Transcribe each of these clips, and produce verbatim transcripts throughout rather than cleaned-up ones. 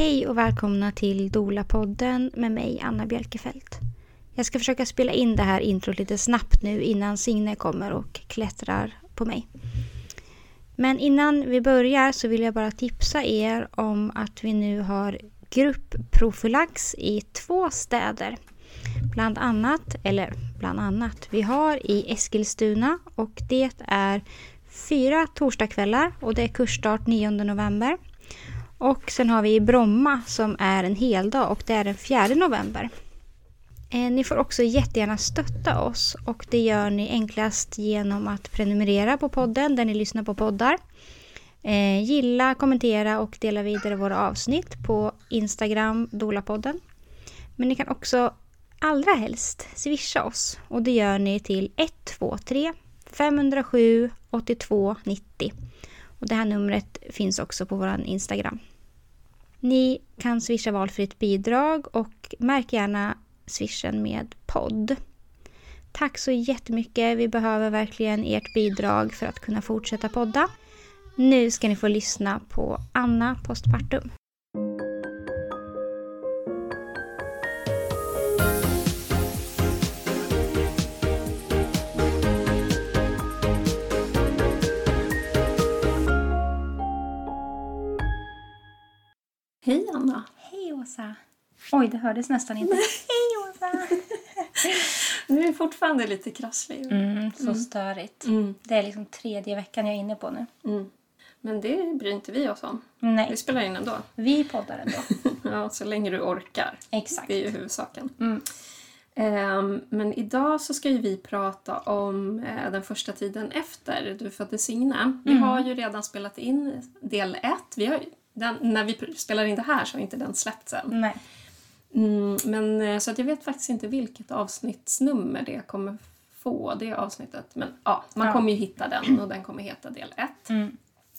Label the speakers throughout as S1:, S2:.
S1: Hej och välkomna till Doula-podden med mig, Anna Bjelkefelt. Jag ska försöka spela in det här introt lite snabbt nu innan Signe kommer och klättrar på mig. Men innan vi börjar så vill jag bara tipsa er om att vi nu har gruppprofylax i två städer. Bland annat, eller bland annat, vi har i Eskilstuna och det är fyra torsdagskvällar och det är kursstart nionde november. Och sen har vi i Bromma som är en hel dag och det är den fjärde november. Eh, ni får också jättegärna stötta oss och det gör ni enklast genom att prenumerera på podden där ni lyssnar på poddar. Eh, gilla, kommentera och dela vidare våra avsnitt på Instagram Doula-podden. Men ni kan också allra helst swisha oss och det gör ni till ett två tre fem noll sju åtta två nittio. Och det här numret finns också på vår Instagram. Ni kan swisha valfritt bidrag och märk gärna swishen med podd. Tack så jättemycket. Vi behöver verkligen ert bidrag för att kunna fortsätta podda. Nu ska ni få lyssna på Anna postpartum.
S2: Hej Anna.
S1: Hej Åsa. Oj, det hördes nästan inte. Hej Åsa.
S2: Nu är det fortfarande lite krasslig.
S1: Mm, så
S2: mm.
S1: störigt.
S2: Mm.
S1: Det är liksom tredje veckan jag är inne på nu.
S2: Mm. Men det bryr inte vi oss om.
S1: Nej.
S2: Vi spelar in ändå.
S1: Vi poddar ändå.
S2: Ja, så länge du orkar.
S1: Exakt.
S2: Det är ju huvudsaken.
S1: Mm.
S2: Um, men idag så ska ju vi prata om uh, den första tiden efter du födde Signe. Vi
S1: Mm.
S2: har ju redan spelat in del ett. Vi har, den, när vi spelar in det här så har inte den släppts än.
S1: Nej.
S2: Mm, men så att jag vet faktiskt inte vilket avsnittsnummer det kommer få, det avsnittet. Men ja, man
S1: ja.
S2: kommer ju hitta den och den kommer heta del ett.
S1: Mm.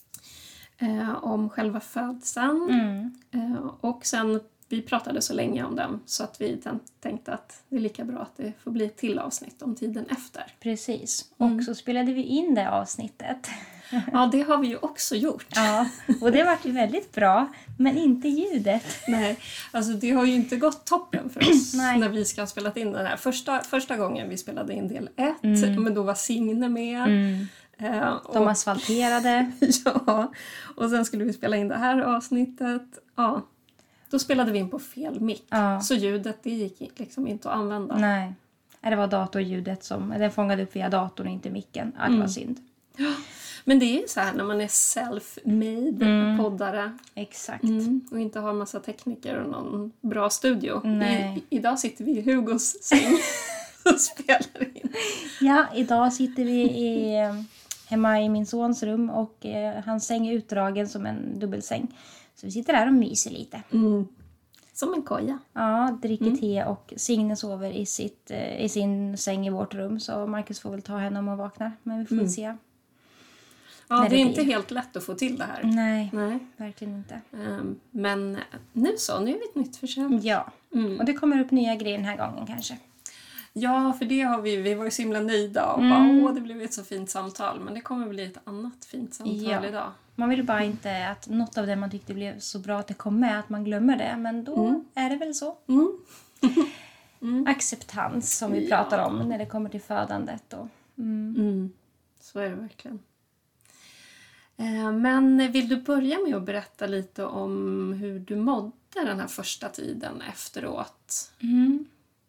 S2: Eh, om själva födseln.
S1: Mm.
S2: Eh, och sen, vi pratade så länge om den så att vi tänkte att det är lika bra att det får bli ett till avsnitt om tiden efter.
S1: Precis.
S2: Mm.
S1: Och så spelade vi in det avsnittet.
S2: Ja, det har vi ju också gjort.
S1: Ja, och det var ju väldigt bra. Men inte ljudet.
S2: Nej, alltså det har ju inte gått toppen för oss
S1: Nej.
S2: när vi ska ha spelat in den här. Första, första gången vi spelade in del ett,
S1: Mm.
S2: men då var Signe med.
S1: Mm.
S2: Eh, och,
S1: De asfalterade.
S2: ja, och sen skulle vi spela in det här avsnittet. Ja, då spelade vi in på fel mick.
S1: Ja.
S2: Så ljudet, det gick liksom inte att använda.
S1: Nej. Det var datorljudet som den fångade upp via datorn och inte micken. Ja, det var
S2: Mm.
S1: synd.
S2: Men det är ju så här när man är self-made
S1: Mm.
S2: poddare.
S1: Exakt.
S2: Mm, och inte har massa tekniker och någon bra studio.
S1: Nej.
S2: I, idag sitter vi i Hugos säng och spelar in.
S1: Ja, idag sitter vi i, hemma i min sons rum och eh, hans säng är utdragen som en dubbelsäng. Så vi sitter där och myser lite.
S2: Mm. Som en koja.
S1: Ja, dricker
S2: Mm.
S1: te och Signe sover i, sitt, eh, i sin säng i vårt rum. Så Marcus får väl ta henne om hon vaknar. Men vi får
S2: Mm.
S1: väl se.
S2: Ja,
S1: När
S2: det
S1: det
S2: är
S1: blir.
S2: inte helt lätt att få till det här.
S1: Nej,
S2: Nej.
S1: verkligen inte.
S2: Um, men nu så, nu är vi ett nytt försök.
S1: Ja,
S2: Mm.
S1: och det kommer upp nya grejer den här gången kanske.
S2: Ja, för det har vi, vi var ju så himla nöjda och
S1: Mm.
S2: bara, åh, det blev ett så fint samtal. Men det kommer bli ett annat fint samtal
S1: Ja.
S2: idag.
S1: Man vill bara inte att något av det man tyckte blev så bra att det kom med, att man glömmer det. Men då
S2: Mm.
S1: är det väl så.
S2: Mm. Mm.
S1: Acceptans som vi
S2: Ja.
S1: pratar om när det kommer till födandet. Och, mm.
S2: Mm. Så är det verkligen. Eh, Men vill du börja med att berätta lite om hur du mådde den här första tiden efteråt?
S1: Mm.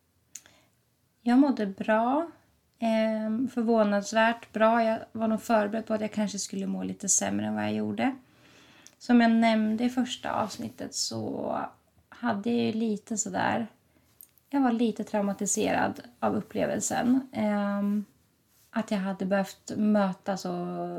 S1: Jag mådde bra. Eh, förvånansvärt bra. Jag var nog förberedd på att jag kanske skulle må lite sämre än vad jag gjorde. Som jag nämnde i första avsnittet så hade jag ju lite sådär... Jag var lite traumatiserad av upplevelsen. Eh, att jag hade behövt möta så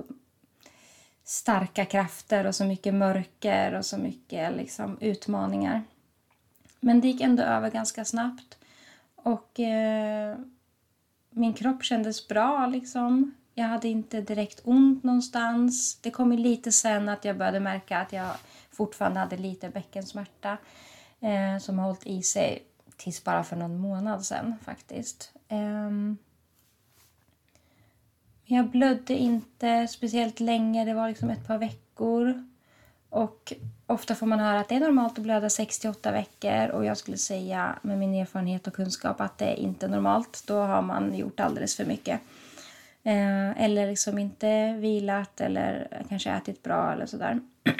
S1: starka krafter och så mycket mörker och så mycket liksom, utmaningar. Men det gick ändå över ganska snabbt. Och eh, min kropp kändes bra liksom. Jag hade inte direkt ont någonstans. Det kom ju lite sen att jag började märka att jag fortfarande hade lite bäckensmärta. Eh, som har hållit i sig tills bara för någon månad sedan faktiskt. Eh, jag blödde inte speciellt länge. Det var liksom ett par veckor. Och ofta får man höra att det är normalt att blöda sex till åtta veckor. Och jag skulle säga med min erfarenhet och kunskap att det är inte normalt. Då har man gjort alldeles för mycket. Eh, eller liksom inte vilat eller kanske ätit bra eller sådär.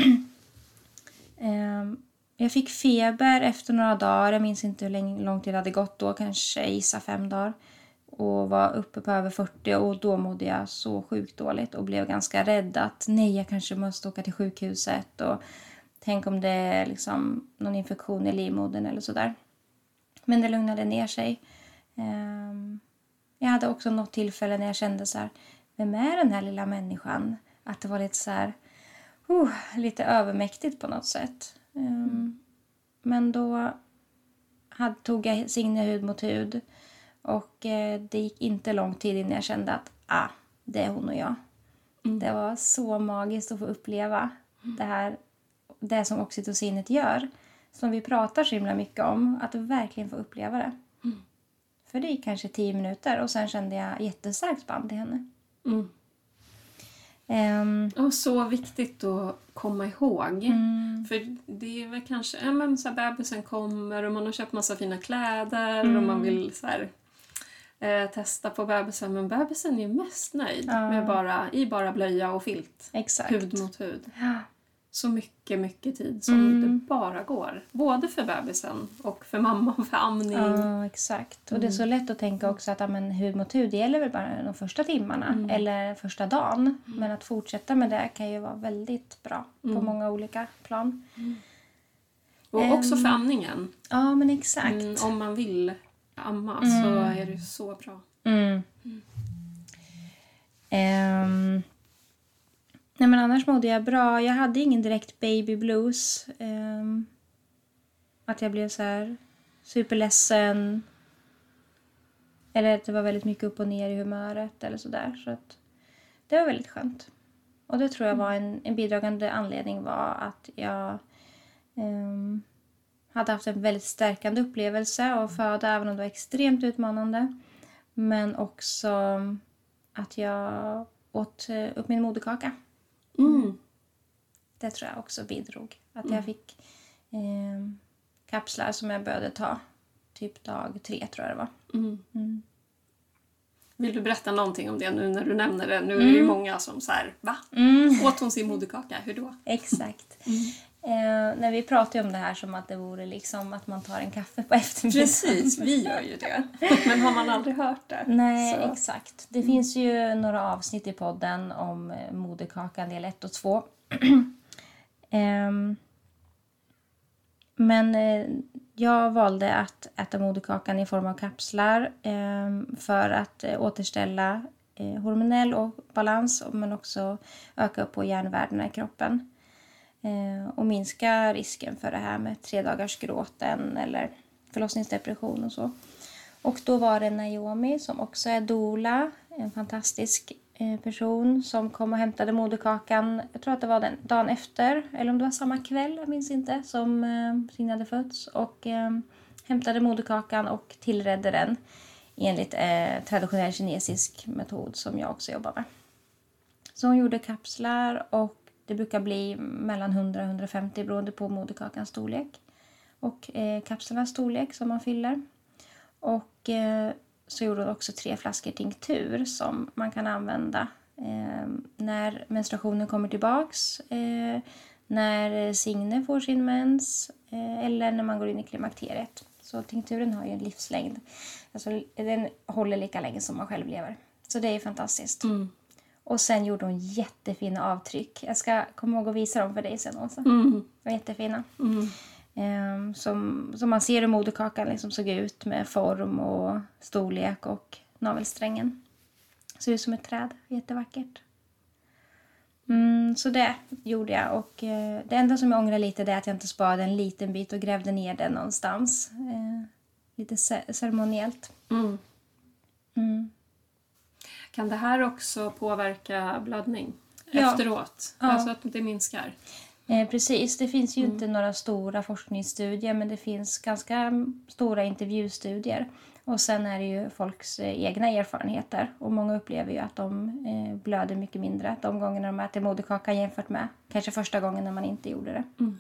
S1: eh, jag fick feber efter några dagar. Jag minns inte hur lång, lång tid det hade gått då. Kanske gissa fem dagar. Och var uppe på över fyrtio och då mådde jag så sjukt dåligt. Och blev ganska rädd att nej, jag kanske måste åka till sjukhuset. Och tänk om det är liksom någon infektion i livmodern eller sådär. Men det lugnade ner sig. Um, jag hade också något tillfälle när jag kände så här, vem är den här lilla människan? Att det var lite så här, uh, lite övermäktigt på något sätt. Um, mm. Men då hade, tog jag Signe hud mot hud. Och eh, det gick inte lång tid innan jag kände att ah, det är hon och jag. Mm. Det var så magiskt att få uppleva mm. det här, det som oxytocinet gör. Som vi pratar så himla mycket om. Att verkligen få uppleva det. Mm. För det gick kanske tio minuter och sen kände jag jättestarkt band till henne. Mm.
S2: Um, och så viktigt att komma ihåg. Mm. För det är väl kanske, ja men så här, bebisen kommer och man har köpt massa fina kläder mm. och man vill så här, eh, testa på bebisen. Men bebisen är mest nöjd ja. med bara, i bara blöja och filt.
S1: Exakt.
S2: Hud mot hud. Ja. Så mycket, mycket tid som mm. det bara går. Både för bebisen och för mamma och för amning.
S1: Ja, exakt. Och det är så lätt att tänka också att amen, hud mot hud, det gäller väl bara de första timmarna. Mm. Eller första dagen. Mm. Men att fortsätta med det kan ju vara väldigt bra. Mm. På många olika plan. Mm.
S2: Och um, också för amningen.
S1: Ja, men exakt.
S2: Mm, om man vill amma mm. så är det så bra. Mm. Mm.
S1: Um, Nej, men annars mådde jag bra. Jag hade ingen direkt baby blues. Um, att jag blev så här superledsen. Eller att det var väldigt mycket upp och ner i humöret eller sådär. Så att det var väldigt skönt. Och det tror jag var en, en bidragande anledning var att jag um, hade haft en väldigt stärkande upplevelse av att föda. Även om det var extremt utmanande. Men också att jag åt upp min moderkaka. Mm. Det tror jag också bidrog. Att mm. jag fick eh, kapslar som jag började ta typ dag tre tror jag det var. Mm. Mm.
S2: Vill du berätta någonting om det nu när du nämner det? Nu är det ju många som så här, va? Mm. Åt hon sin moderkaka? Hur då?
S1: Exakt. Mm. Eh, när vi pratar om det här som att det vore liksom att man tar en kaffe på eftermiddagen.
S2: Precis, vi gör ju det. Men har man aldrig hört det?
S1: Nej,
S2: så.
S1: Exakt. Det mm. finns ju några avsnitt i podden om eh, moderkakan del ett och två. eh, men eh, jag valde att äta moderkakan i form av kapslar eh, för att eh, återställa eh, hormonell och balans men också öka upp på järnvärdena i kroppen. Och minska risken för det här med tre dagars gråten eller förlossningsdepression och så. Och då var det Naomi som också är doula, en fantastisk person som kom och hämtade moderkakan. Jag tror att det var den dagen efter, eller om det var samma kväll, jag minns inte, som Signe hade fötts. Och eh, hämtade moderkakan och tillredde den enligt eh, traditionell kinesisk metod som jag också jobbar med. Så hon gjorde kapslar och det brukar bli mellan hundra och hundrafemtio beroende på moderkakans storlek. Och eh, kapslarnas storlek som man fyller. Och eh, så gjorde hon också tre flaskor tinktur som man kan använda eh, när menstruationen kommer tillbaks. Eh, när Signe får sin mens. Eh, eller när man går in i klimakteriet. Så tinkturen har ju en livslängd. Alltså den håller lika länge som man själv lever. Så det är fantastiskt. Mm. Och sen gjorde hon jättefina avtryck. Jag ska komma ihåg att visa dem för dig sen också. Mm. De var jättefina. Mm. Um, som, som man ser hur moderkakan liksom såg ut med form och storlek och navelsträngen. Såg ut som ett träd. Jättevackert. Mm, så det gjorde jag. Och uh, det enda som jag ångrar lite är att jag inte sparade en liten bit och grävde ner den någonstans. Uh, lite cer- ceremoniellt. Mm.
S2: Mm. Kan det här också påverka blödning ja. efteråt? Ja. Alltså att det minskar?
S1: Eh, precis, det finns ju mm. inte några stora forskningsstudier men det finns ganska stora intervjustudier. Och sen är det ju folks eh, egna erfarenheter. Och många upplever ju att de eh, blöder mycket mindre de gångerna de äter moderkaka jämfört med kanske första gången när man inte gjorde det.
S2: Mm.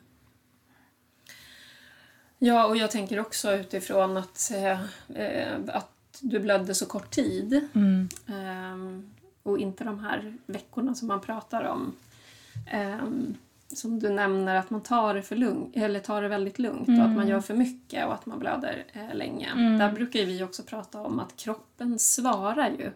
S2: Ja, och jag tänker också utifrån att, eh, att du blödde så kort tid.
S1: Mm.
S2: Eh, och inte de här veckorna som man pratar om. Eh, som du nämner, att man tar det, för lugn, eller tar det väldigt lugnt. Mm. Och att man gör för mycket och att man blöder eh, länge. Mm. Där brukar vi också prata om att kroppen svarar ju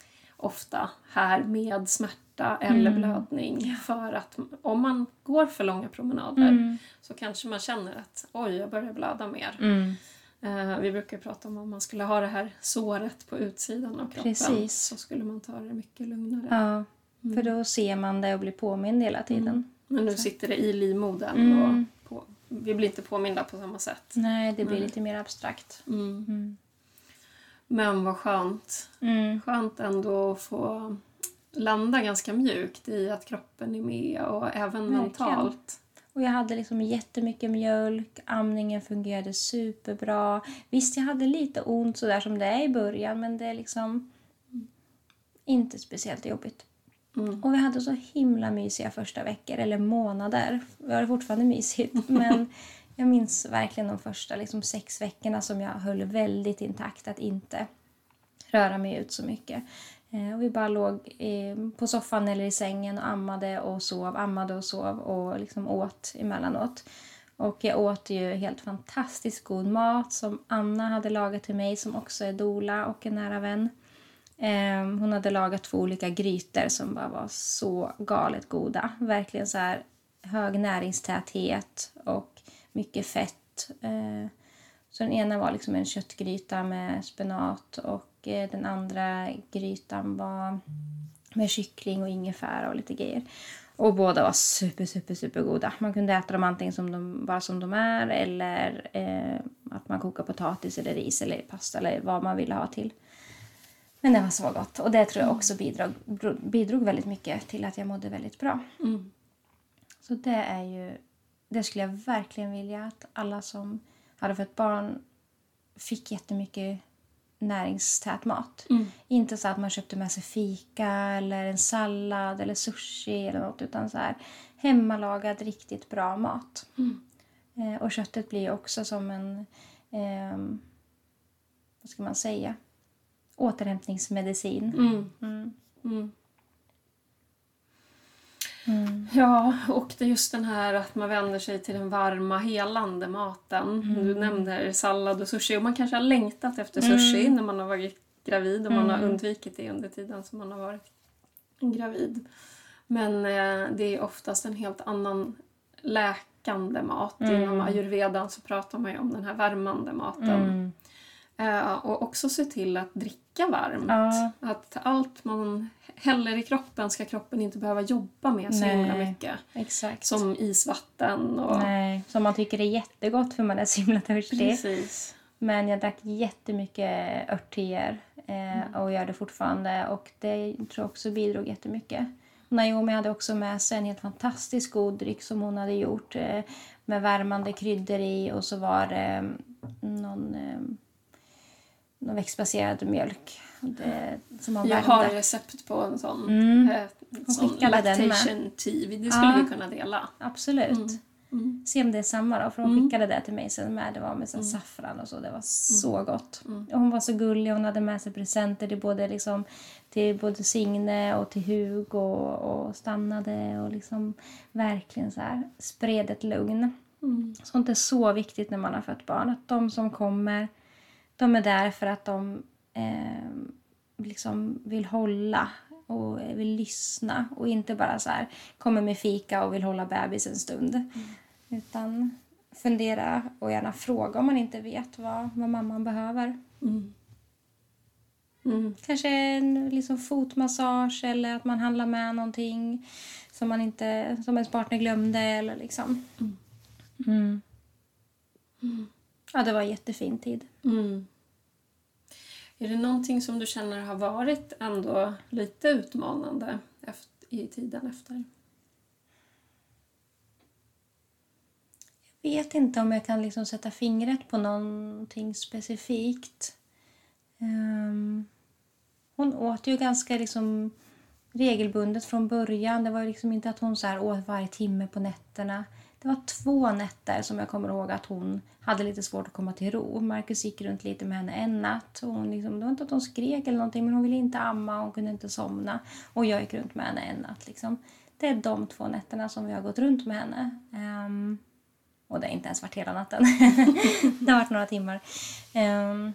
S2: ofta här med smärta eller mm. blödning. För att om man går för långa promenader mm. så kanske man känner att oj, jag börjar blöda mer. Mm. Uh, vi brukar prata om om man skulle ha det här såret på utsidan av kroppen. Precis. Så skulle man ta det mycket lugnare.
S1: Ja, mm. för då ser man det och blir påmind hela tiden. Mm.
S2: Men nu sitter det i livmodern mm. och på, vi blir inte påminda på samma sätt.
S1: Nej, det blir mm. lite mer abstrakt.
S2: Mm. Mm. Men vad skönt. Mm. Skönt ändå att få landa ganska mjukt i att kroppen är med och även verkligen. Mentalt.
S1: Och jag hade liksom jättemycket mjölk, amningen fungerade superbra. Visst, jag hade lite ont sådär som det är i början, men det är liksom inte speciellt jobbigt. Mm. Och vi hade så himla mysiga första veckor eller månader. Vi har det fortfarande mysigt, men jag minns verkligen de första liksom, sex veckorna som jag höll väldigt intakt att inte röra mig ut så mycket. Eh, och vi bara låg eh, på soffan eller i sängen och ammade och sov, ammade och sov och liksom åt emellanåt. Och jag åt ju helt fantastiskt god mat som Anna hade lagat till mig, som också är doula och en nära vän. Eh, hon hade lagat två olika grytor som bara var så galet goda. Verkligen så här hög näringstäthet och mycket fett. Eh, så den ena var liksom en köttgryta med spenat och eh, den andra grytan var med kyckling och ingefära och lite grejer. Och båda var super, super, super goda. Man kunde äta dem antingen som de, bara som de är eller eh, att man kokar potatis eller ris eller pasta eller vad man ville ha till. Men det var så gott. Och det tror jag också bidrog, bidrog väldigt mycket till att jag mådde väldigt bra. Mm. Så det är ju, det skulle jag verkligen vilja att alla som hade fått barn fick jättemycket näringstät mat. Mm. Inte så att man köpte med sig fika eller en sallad eller sushi eller något, utan så här hemmalagad riktigt bra mat. Mm. Eh, och köttet blir också som en eh, vad ska man säga, återhämtningsmedicin. Mm. Mm. Mm. Mm.
S2: Ja, och det är just den här att man vänder sig till den varma, helande maten. Mm. Du nämnde sallad och sushi. Och man kanske har längtat efter sushi mm. när man har varit gravid. Och mm. man har undvikit det under tiden som man har varit gravid. Men eh, det är oftast en helt annan läkande mat. Mm. Inom ayurvedan så pratar man ju om den här värmande maten. Mm. Uh, och också se till att dricka varmt. Uh. Att allt man häller i kroppen ska kroppen inte behöva jobba med så himla mycket.
S1: Exakt.
S2: Som isvatten. Och...
S1: Nej, som man tycker är jättegott för man är så himla törstig.
S2: Precis.
S1: Men jag drack jättemycket örtteer eh, mm. och gör det fortfarande. Och det tror jag också bidrog jättemycket. Naomi hade också med sig en helt fantastisk god dryck som hon hade gjort. Eh, med värmande kryddor i, och så var det eh, någon... Eh, någon växtbaserad mjölk. Det, som man
S2: jag
S1: värmde.
S2: har recept på en sån,
S1: mm.
S2: eh, sån lactation tea. Det skulle ja, vi kunna dela.
S1: Absolut. Mm. Mm. Se om det är samma då. För hon mm. skickade det till mig sen med. Det var med sån mm. saffran och så. Det var så mm. gott. Mm. Och hon var så gullig. Hon hade med sig presenter till både, liksom, till både Signe och till Hugo. Och, och stannade och liksom verkligen så här spred ett lugn. Mm. Sånt är så viktigt när man har fött barn. Att de som kommer, de är där för att de eh, liksom vill hålla och vill lyssna. Och inte bara så här kommer med fika och vill hålla bebis en stund. Mm. Utan fundera och gärna fråga om man inte vet vad, vad mamman behöver. Mm. Mm. Kanske en liksom fotmassage eller att man handlar med någonting som man inte, som ens partner glömde eller liksom. Mm. Mm. Mm. Ja, det var en jättefin tid. Mm.
S2: Är det någonting som du känner har varit ändå lite utmanande efter, i tiden efter?
S1: Jag vet inte om jag kan liksom sätta fingret på någonting specifikt.
S3: Um, hon åt ju ganska liksom regelbundet från början. Det var liksom inte att hon så här åt varje timme på nätterna. Det var två nätter som jag kommer ihåg att hon hade lite svårt att komma till ro. Marcus gick runt lite med henne en natt. Och hon liksom, det var inte att hon skrek eller någonting, men hon ville inte amma. Hon kunde inte somna. Och jag gick runt med henne en natt. Liksom. Det är de två nätterna som vi har gått runt med henne. Um, och det har inte ens varit hela natten. Det har varit några timmar. Um,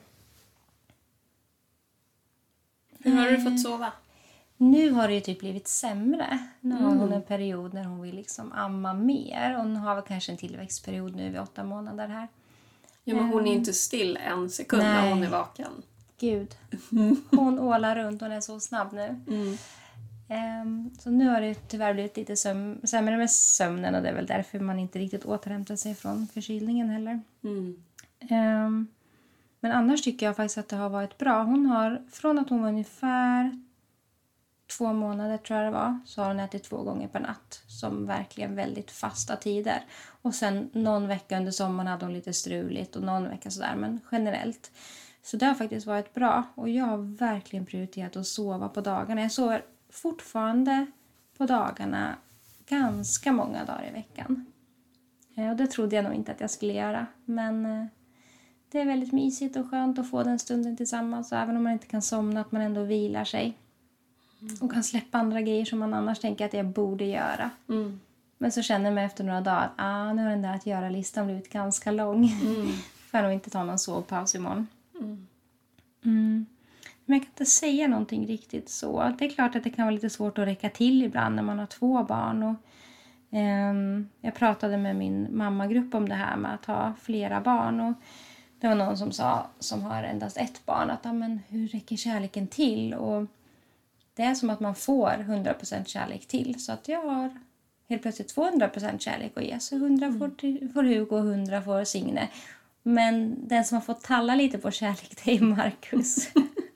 S2: Hur har du fått sova?
S3: Nu har det ju typ blivit sämre. Nu har hon en period när hon vill liksom amma mer. Och hon har väl kanske en tillväxtperiod nu vid åtta månader här.
S2: Ja, men hon är inte still en sekund
S3: Nej.
S2: när hon är vaken.
S3: Gud. Hon ålar runt. Hon är så snabb nu.
S2: Mm.
S3: Um, så nu har det tyvärr blivit lite söm- sämre med sömnen. Och det är väl därför man inte riktigt återhämtar sig från förkylningen heller.
S2: Mm.
S3: Um, men annars tycker jag faktiskt att det har varit bra. Hon har, från att hon var ungefär två månader tror jag det var, så har hon ätit två gånger per natt. Som verkligen väldigt fasta tider. Och sen någon vecka under sommaren hade hon lite struligt och någon vecka sådär. Men generellt. Så det har faktiskt varit bra. Och jag har verkligen prioriterat att sova på dagarna. Jag sover fortfarande på dagarna ganska många dagar i veckan. Och det trodde jag nog inte att jag skulle göra. Men det är väldigt mysigt och skönt att få den stunden tillsammans. Och även om man inte kan somna, att man ändå vilar sig. Och kan släppa andra grejer som man annars tänker att jag borde göra.
S2: Mm.
S3: Men så känner jag mig efter några dagar att ah, nu har den där att göra-listan blivit ganska lång. Mm. Får jag nog inte ta någon sovpaus imorgon. Mm. Mm. Men jag kan inte säga någonting riktigt så. Det är klart att det kan vara lite svårt att räcka till ibland när man har två barn. Och, um, jag pratade med min mammagrupp om det här med att ha flera barn. Och det var någon som sa, som har endast ett barn, att ah, men hur räcker kärleken till? Och det är som att man får hundra procent kärlek till. Så att jag har helt plötsligt tvåhundra procent kärlek att ge. Så hundra får, till, får Hugo och hundra får Signe. Men den som har fått talla lite på kärlek, det är Marcus.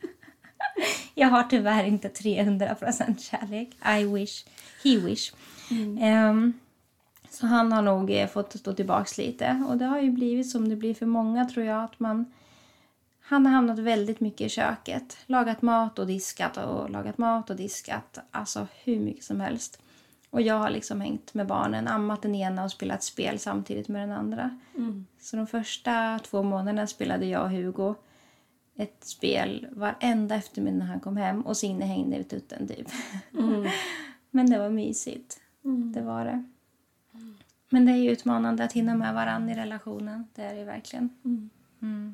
S3: Jag har tyvärr inte trehundra procent kärlek. I wish. He wish. Mm. Um, så han har nog fått stå tillbaka lite. Och det har ju blivit som det blir för många, tror jag. Att man... Han har hamnat väldigt mycket i köket. Lagat mat och diskat och lagat mat och diskat. Alltså hur mycket som helst. Och jag har liksom hängt med barnen, ammat den ena och spelat spel samtidigt med den andra. Mm. Så de första två månaderna spelade jag och Hugo ett spel varenda eftermiddag när han kom hem. Och Signe hängde ut utan typ. Mm. Men det var mysigt. Mm. Det var det. Mm. Men det är ju utmanande att hinna med varann i relationen. Det är det verkligen. Mm. Mm.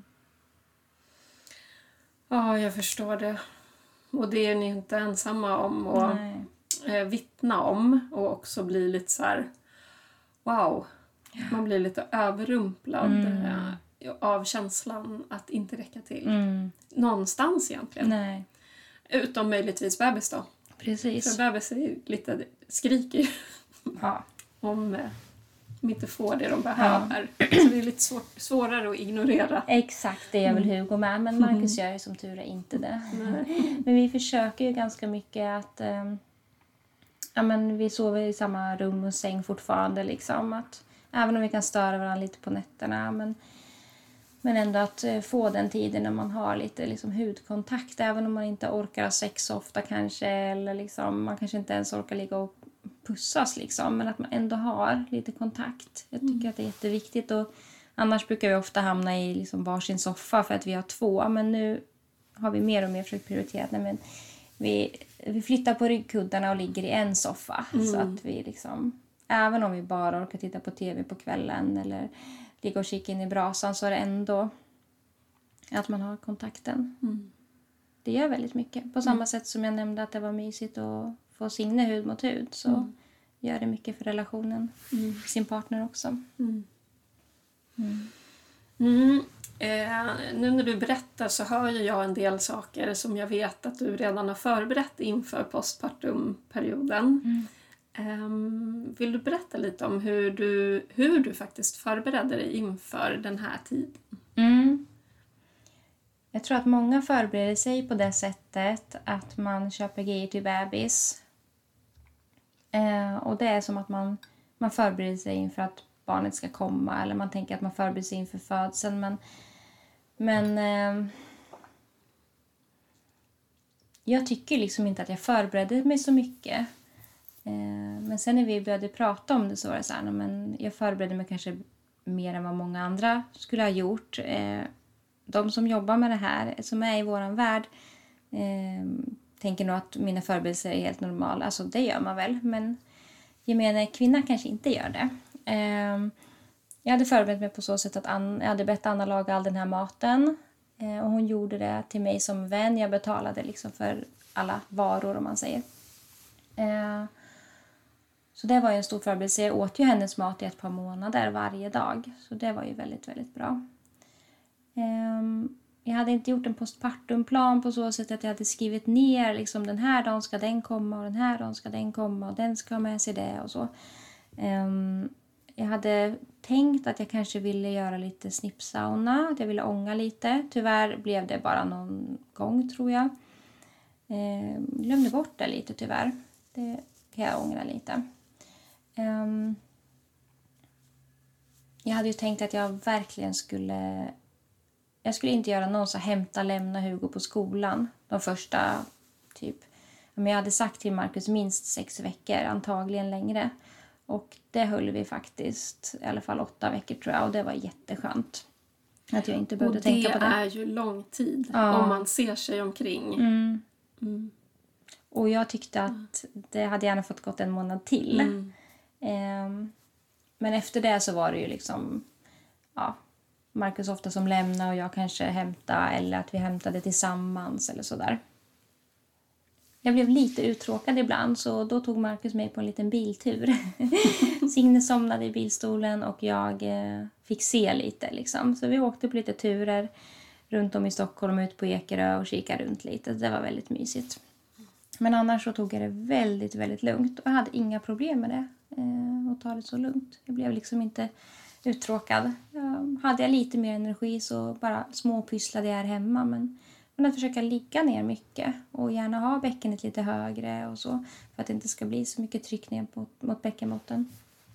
S2: Ja, jag förstår det. Och det är ni inte ensamma om att eh, vittna om. Och också bli lite så här, wow. Ja. Man blir lite överrumplad mm. eh, av känslan att inte räcka till. Mm. Någonstans egentligen.
S3: Nej.
S2: Utom möjligtvis bebis då.
S3: Precis.
S2: För bebis är lite skriker
S3: ja.
S2: om... Eh, de inte får det de behöver. Ja. Så det är lite svår, svårare att ignorera.
S3: Exakt, det är väl Hugo med. Men Marcus gör ju som tur är inte det. Nej. Men vi försöker ju ganska mycket att... Um, ja, men vi sover i samma rum och säng fortfarande. Liksom, att, även om vi kan störa varandra lite på nätterna. Men, men ändå att uh, få den tiden när man har lite liksom, hudkontakt. Även om man inte orkar ha sex så ofta kanske. Eller liksom, man kanske inte ens orkar ligga och pussas liksom, men att man ändå har lite kontakt. Jag tycker mm. att det är jätteviktigt. Och annars brukar vi ofta hamna i liksom varsin soffa för att vi har två. Men nu har vi mer och mer försökt prioritera. Nej, men vi, vi flyttar på ryggkuddarna och ligger i en soffa. Mm. Så att vi liksom, även om vi bara orkar titta på tv på kvällen eller ligga och kika in i brasan, så är det ändå att man har kontakten. Mm. Det gör väldigt mycket. På samma mm. sätt som jag nämnde att det var mysigt att få Signe hud mot hud, så mm. gör det mycket för relationen mm. med sin partner också. Mm.
S2: Mm. Mm. Eh, nu när du berättar så hör ju jag en del saker som jag vet att du redan har förberett inför postpartumperioden. Mm. Eh, vill du berätta lite om hur du, hur du faktiskt förberedde dig inför den här tiden?
S3: Mm. Jag tror att många förbereder sig på det sättet att man köper grejer till bebis. Eh, och det är som att man, man förbereder sig inför att barnet ska komma. Eller man tänker att man förbereder sig inför födseln. Men, men eh, jag tycker liksom inte att jag förberedde mig så mycket. Eh, men sen när vi började prata om det så var det så här, men jag förberedde mig kanske mer än vad många andra skulle ha gjort. Eh, de som jobbar med det här, som är i våran värld, eh, tänker nog att mina förberedelser är helt normala. Alltså det gör man väl, men gemene kvinna kanske inte gör det. Eh, jag hade förberett mig på så sätt att Ann, jag hade bett Anna laga all den här maten. Eh, och hon gjorde det till mig som vän. Jag betalade liksom för alla varor, om man säger. Eh, så det var ju en stor förberedelse. Jag åt ju hennes mat i ett par månader varje dag. Så det var ju väldigt, väldigt bra. Eh, jag hade inte gjort en postpartumplan på så sätt att jag hade skrivit ner liksom, den här dagen ska den komma och den här dagen ska den komma och den ska ha med sig det och så. Eh, jag hade tänkt att jag kanske ville göra lite snippsauna. Att jag ville ånga lite. Tyvärr blev det bara någon gång, tror jag. Eh, glömde bort det lite, tyvärr. Det kan jag ångra lite. Eh, jag hade ju tänkt att jag verkligen skulle... Jag skulle inte göra någon så hämta, lämna Hugo på skolan. De första, typ... Men jag hade sagt till Marcus minst sex veckor, antagligen längre. Och det höll vi faktiskt i alla fall åtta veckor, tror jag. Och det var jätteskönt. Att jag inte behövde tänka på det.
S2: Och det är ju lång tid, ja. Om man ser sig omkring.
S3: Mm. Mm. Och jag tyckte att det hade gärna fått gått en månad till. Mm. Um, men efter det så var det ju liksom... Ja, Marcus ofta som lämnade och jag kanske hämtade. Eller att vi hämtade tillsammans eller sådär. Jag blev lite uttråkad ibland, så då tog Marcus mig på en liten biltur. Signe somnade i bilstolen och jag eh, fick se lite. Liksom. Så vi åkte på lite turer runt om i Stockholm, ut på Ekerö och kika runt lite. Det var väldigt mysigt. Men annars så tog jag det väldigt, väldigt lugnt. Och jag hade inga problem med det. Eh, att ta det så lugnt. Jag blev liksom inte uttråkad. Jag, hade jag lite mer energi så bara småpysslade jag här hemma. Men... Men att försöka ligga ner mycket och gärna ha bäckenet lite högre och så. För att det inte ska bli så mycket tryck ner mot, mot bäckenbotten.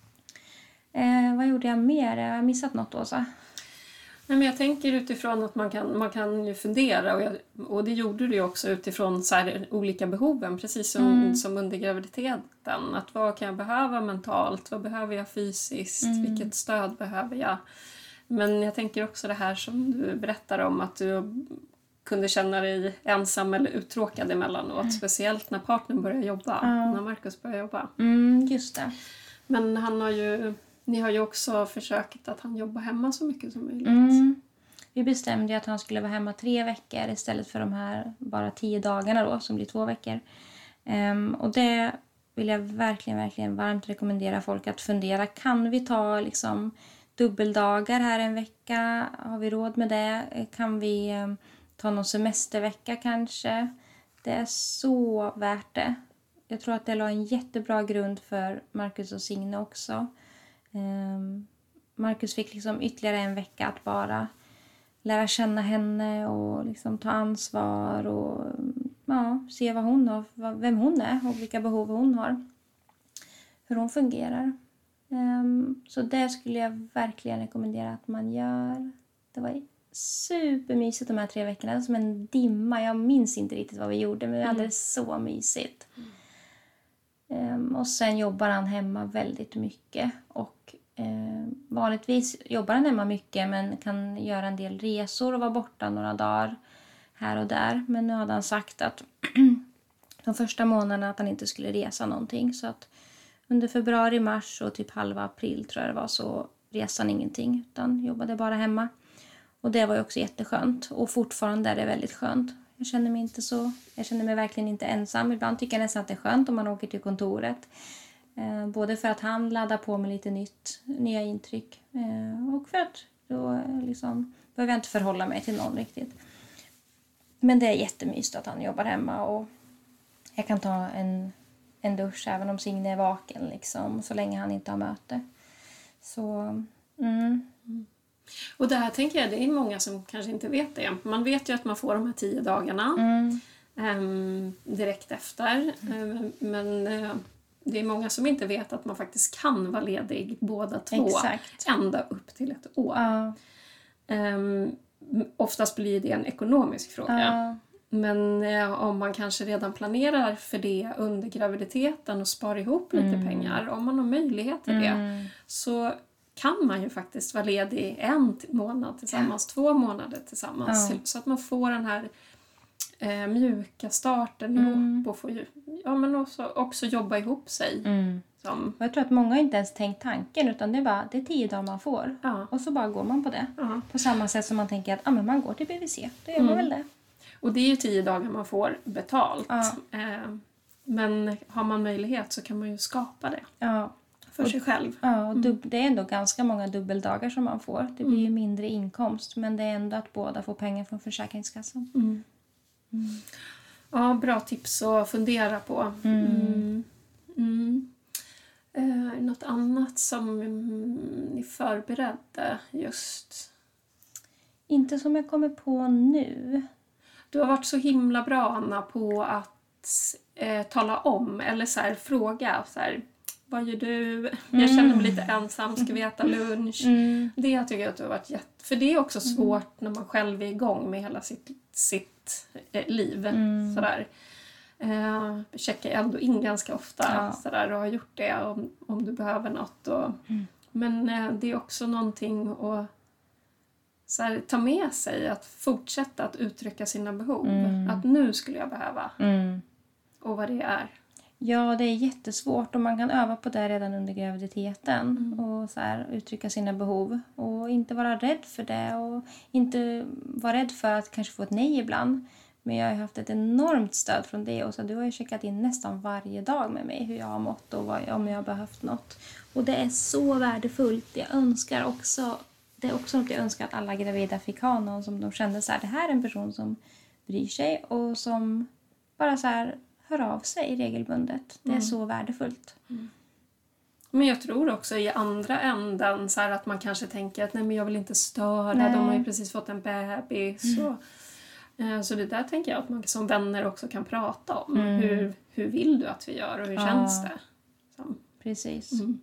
S3: Eh, vad gjorde jag mer? Jag har missat något, Åsa.
S2: Nej, men jag tänker utifrån att man kan, man kan ju fundera. Och, jag, och det gjorde du ju också utifrån så här, olika behoven. Precis som, mm. som under graviditeten. Att vad kan jag behöva mentalt? Vad behöver jag fysiskt? Mm. Vilket stöd behöver jag? Men jag tänker också det här som du berättar om. Att du... kunde känna dig ensam eller uttråkad emellanåt. Mm. Speciellt när partnern börjar jobba. Mm. När Marcus börjar jobba.
S3: Mm, just det.
S2: Men han har ju, ni har ju också försökt att han jobbar hemma så mycket som möjligt.
S3: Mm. Vi bestämde att han skulle vara hemma tre veckor istället för de här bara tio dagarna då, som blir två veckor. Um, och det vill jag verkligen, verkligen varmt rekommendera folk att fundera. Kan vi ta liksom dubbeldagar här en vecka? Har vi råd med det? Kan vi... Um, ta någon semestervecka kanske. Det är så värt det. Jag tror att det la en jättebra grund för Marcus och Signe också. Um, Marcus fick liksom ytterligare en vecka att bara lära känna henne och liksom ta ansvar och ja, se vad hon har, vem hon är och vilka behov hon har. Hur hon fungerar. Um, så det skulle jag verkligen rekommendera att man gör. Det var supermysigt de här tre veckorna. Som en dimma. Jag minns inte riktigt vad vi gjorde. Men vi hade det så mysigt. Mm. Um, och sen jobbar han hemma väldigt mycket. Och um, vanligtvis jobbar han hemma mycket. Men kan göra en del resor och vara borta några dagar. Här och där. Men nu hade han sagt att de första månaderna att han inte skulle resa någonting. Så att under februari, mars och typ halva april tror jag det var. Så resan han ingenting. Utan jobbade bara hemma. Och det var ju också jätteskönt. Och fortfarande är det väldigt skönt. Jag känner mig inte så... Jag känner mig verkligen inte ensam. Ibland tycker jag nästan att det är skönt om man åker till kontoret. Eh, både för att han laddar på med lite nytt, nya intryck. Eh, och för att då liksom, behöver jag inte förhålla mig till någon riktigt. Men det är jättemysigt att han jobbar hemma. Och jag kan ta en, en dusch även om Signe är vaken. Liksom, så länge han inte har möte. Så... Mm.
S2: Och det här tänker jag, det är många som kanske inte vet det. Man vet ju att man får de här tio dagarna
S3: mm.
S2: um, direkt efter. Mm. Um, men uh, det är många som inte vet att man faktiskt kan vara ledig båda två.
S3: Exakt.
S2: Ända upp till ett år.
S3: Uh.
S2: Um, oftast blir det en ekonomisk fråga. men eh, om man kanske redan planerar för det under graviditeten och sparar ihop lite mm. pengar, om man har möjlighet till mm. det, så kan man ju faktiskt vara ledig en månad tillsammans, ja. två månader tillsammans. Ja. Så att man får den här eh, mjuka starten mm. ihop och får ju, ja, men också, också jobba ihop sig.
S3: Mm. Som... Jag tror att många inte ens tänkt tanken, utan det är bara det är tio dagar man får. Ja. Och så bara går man på det. Ja. På samma sätt som man tänker att ah, men man går till B V C, då gör mm. man väl det.
S2: Och det är ju tio dagar man får betalt. Ja. Eh, men har man möjlighet så kan man ju skapa det. Ja. För och, sig själv.
S3: Ja, och dub- det är ändå ganska många dubbeldagar som man får. Det blir mm. ju mindre inkomst, men det är ändå att båda får pengar från Försäkringskassan. Mm.
S2: Mm. Ja, bra tips att fundera på. Mm. Mm. Mm. Eh, något annat som mm, ni förberedde just?
S3: Inte som jag kommer på nu.
S2: Du har varit så himla bra, Anna, på att eh, tala om eller så här, fråga så här, vad gör du? Mm. Jag känner mig lite ensam, ska vi äta lunch? Mm. Det tycker jag att du har varit jätte... För det är också svårt mm. när man själv är igång med hela sitt, sitt eh, liv. Mm. Sådär. Eh, checkar ändå in ganska ofta ja. sådär, och har gjort det om, om du behöver något. Och, mm. Men eh, det är också någonting att så här, ta med sig, att fortsätta att uttrycka sina behov. Mm. Att nu skulle jag behöva. Mm. Och vad det är.
S3: Ja, det är jättesvårt, och man kan öva på det redan under graviditeten. Mm. Och så här, uttrycka sina behov. Och inte vara rädd för det. Och inte vara rädd för att kanske få ett nej ibland. Men jag har haft ett enormt stöd från det. Och så du har ju checkat in nästan varje dag med mig hur jag har mått och vad, om jag har behövt något. Och det är så värdefullt. Jag önskar också, det är också något jag önskar att alla gravida fick ha någon som de kände så här, det här är en person som bryr sig och som bara så här hör av sig regelbundet. Det är mm. så värdefullt. Mm.
S2: Men jag tror också i andra änden så här att man kanske tänker att nej, men jag vill inte störa, nej. de har ju precis fått en bebis. Mm. Och, eh, så det där tänker jag att man som vänner också kan prata om. Mm. Hur, hur vill du att vi gör och hur ja. känns det? Så.
S3: Precis.
S2: Mm.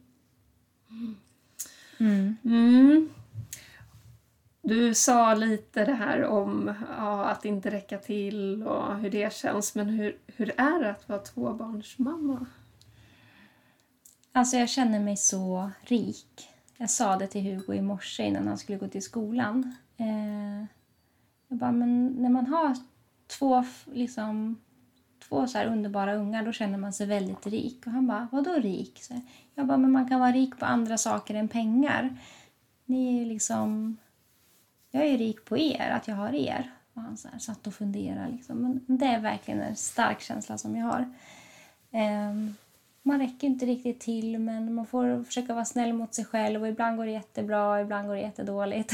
S2: Mm. Mm. Du sa lite det här om ja, att inte räcka till och hur det känns. Men hur, hur är det att vara tvåbarnsmamma?
S3: Alltså jag känner mig så rik. Jag sa det till Hugo i morse innan han skulle gå till skolan. Eh, jag bara, men när man har två, liksom, två så här underbara ungar, då känner man sig väldigt rik. Och han bara, vadå rik? Så jag bara, men man kan vara rik på andra saker än pengar. Ni är liksom... Jag är rik på er, att jag har er. Och han så här satt och funderade. Liksom. Men det är verkligen en stark känsla som jag har. Um, man räcker inte riktigt till, men man får försöka vara snäll mot sig själv. Och ibland går det jättebra och ibland går det jättedåligt.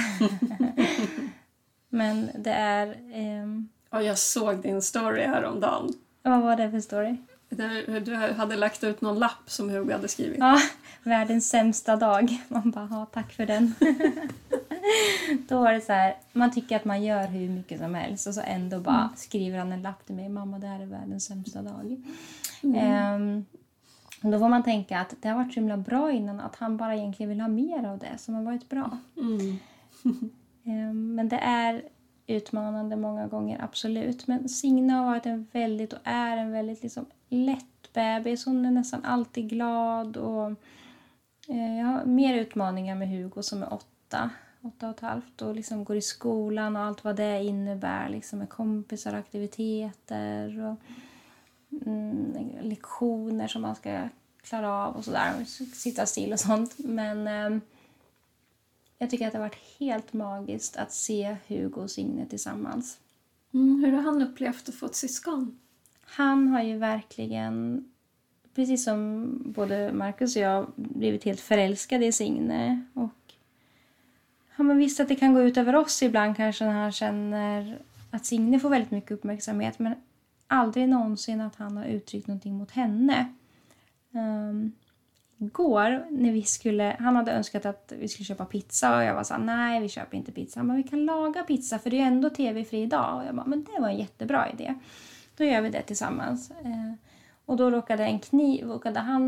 S3: Men det är... Um...
S2: Ja, jag såg din story häromdagen.
S3: Vad var det för story?
S2: Du hade lagt ut någon lapp som Hugo hade skrivit.
S3: Ja, världens sämsta dag. Man bara, ja, tack för den. Då var det så här, man tycker att man gör hur mycket som helst. Och så ändå bara mm. skriver han en lapp till mig. Mamma, det här är världens sämsta dag. Mm. Um, då får man tänka att det har varit så himla bra innan. Att han bara egentligen vill ha mer av det som har varit bra. Mm. um, men det är... utmanande många gånger, absolut. Men Signe har varit en väldigt och är en väldigt liksom lätt bebis. Hon är nästan alltid glad. Och eh, jag har mer utmaningar med Hugo som är åtta, åtta och ett halvt. Och liksom går i skolan och allt vad det innebär. Liksom med kompisar och aktiviteter. Och mm, lektioner som man ska klara av och sådär. Sitta still och sånt. Men... Eh, Jag tycker att det har varit helt magiskt att se Hugo och Signe tillsammans.
S2: Mm, hur har han upplevt att få ett syskon?
S3: Han har ju verkligen, precis som både Marcus och jag, blivit helt förälskade i Signe. Och har man visst att det kan gå ut över oss ibland kanske när han känner att Signe får väldigt mycket uppmärksamhet. Men aldrig någonsin att han har uttryckt någonting mot henne. Um, Igår när vi skulle, han hade önskat att vi skulle köpa pizza och jag var så här, nej vi köper inte pizza. Men vi kan laga pizza för det är ändå tv-fri dag. Och jag bara, men det var en jättebra idé. Då gör vi det tillsammans. Eh, och då råkade en kniv, råkade han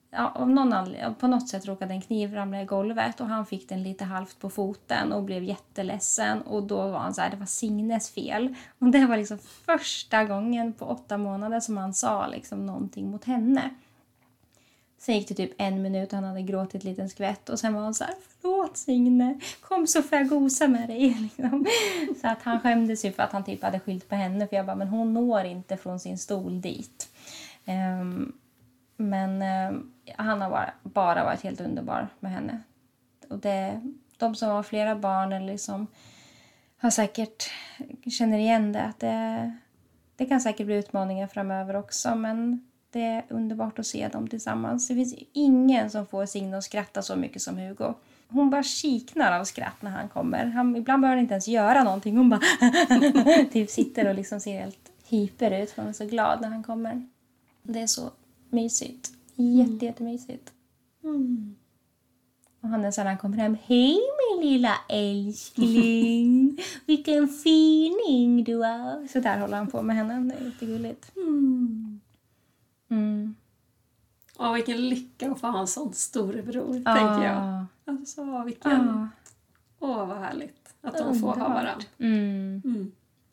S3: ja, av någon anledning, på något sätt råkade en kniv ramla i golvet och han fick den lite halvt på foten och blev jätteledsen. Och då var han så här, det var Signes fel. Och det var liksom första gången på åtta månader som han sa liksom någonting mot henne. Sen gick det typ en minut och han hade gråtit en liten skvätt. Och sen var han så här, förlåt Signe, kom så får jag gosa med dig. Liksom. Så att han skämdes ju för att han typ hade skyllt på henne. För jag bara, men hon når inte från sin stol dit. Um, men um, han har bara, bara varit helt underbar med henne. Och det, de som har flera barn eller liksom har säkert, känner igen det. Att det, det kan säkert bli utmaningar framöver också, men det är underbart att se dem tillsammans. Det finns ingen som får Signe att skratta så mycket som Hugo. Hon bara kiknar av skratt när han kommer. Han, ibland behöver han inte ens göra någonting. Hon bara typ sitter och liksom ser helt hyper ut för hon är så glad när han kommer. Det är så mysigt. Jätte, jättemysigt. Mm. Och han är så när han kommer hem. Hej min lilla älskling. Vilken fining du är. Så där håller han på med henne. Det är jättegulligt. Mm. Mm.
S2: Åh, vilken lycka att få ha en sån storebror,
S3: ah.
S2: tänker jag. Alltså, vilken...
S3: Ah.
S2: Åh, vad härligt att de får ha varandra.
S3: Mm.
S2: Mm.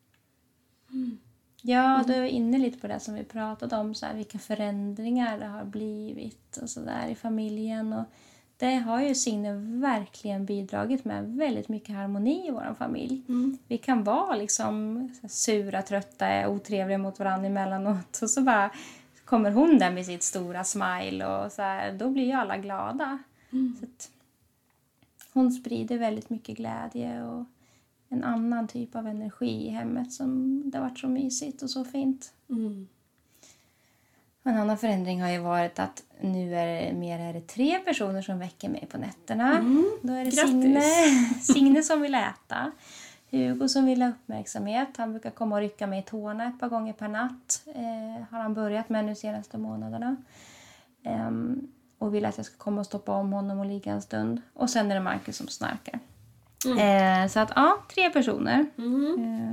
S2: Mm.
S3: Ja, du är inne lite på det som vi pratade om. Så här, vilka förändringar det har blivit och så där i familjen. Och det har ju Signe verkligen bidragit med väldigt mycket harmoni i vår familj. Mm. Vi kan vara liksom sura, trötta, otrevliga mot varandra emellanåt. Och så bara kommer hon där med sitt stora smile och så här, då blir ju alla glada. Mm. Så att hon sprider väldigt mycket glädje och en annan typ av energi i hemmet som det har varit så mysigt och så fint. Mm. En annan förändring har ju varit att nu är det mer är det tre personer som väcker mig på nätterna. Mm. Då är det Signe, Signe som vill äta. Hugo som vill ha uppmärksamhet. Han brukar komma och rycka mig i tårna ett par gånger per natt. Eh, har han börjat med nu de senaste månaderna. Eh, och vill att jag ska komma och stoppa om honom och ligga en stund. Och sen är det Marcus som snarkar. Mm. Eh, så att ja, tre personer. Mm.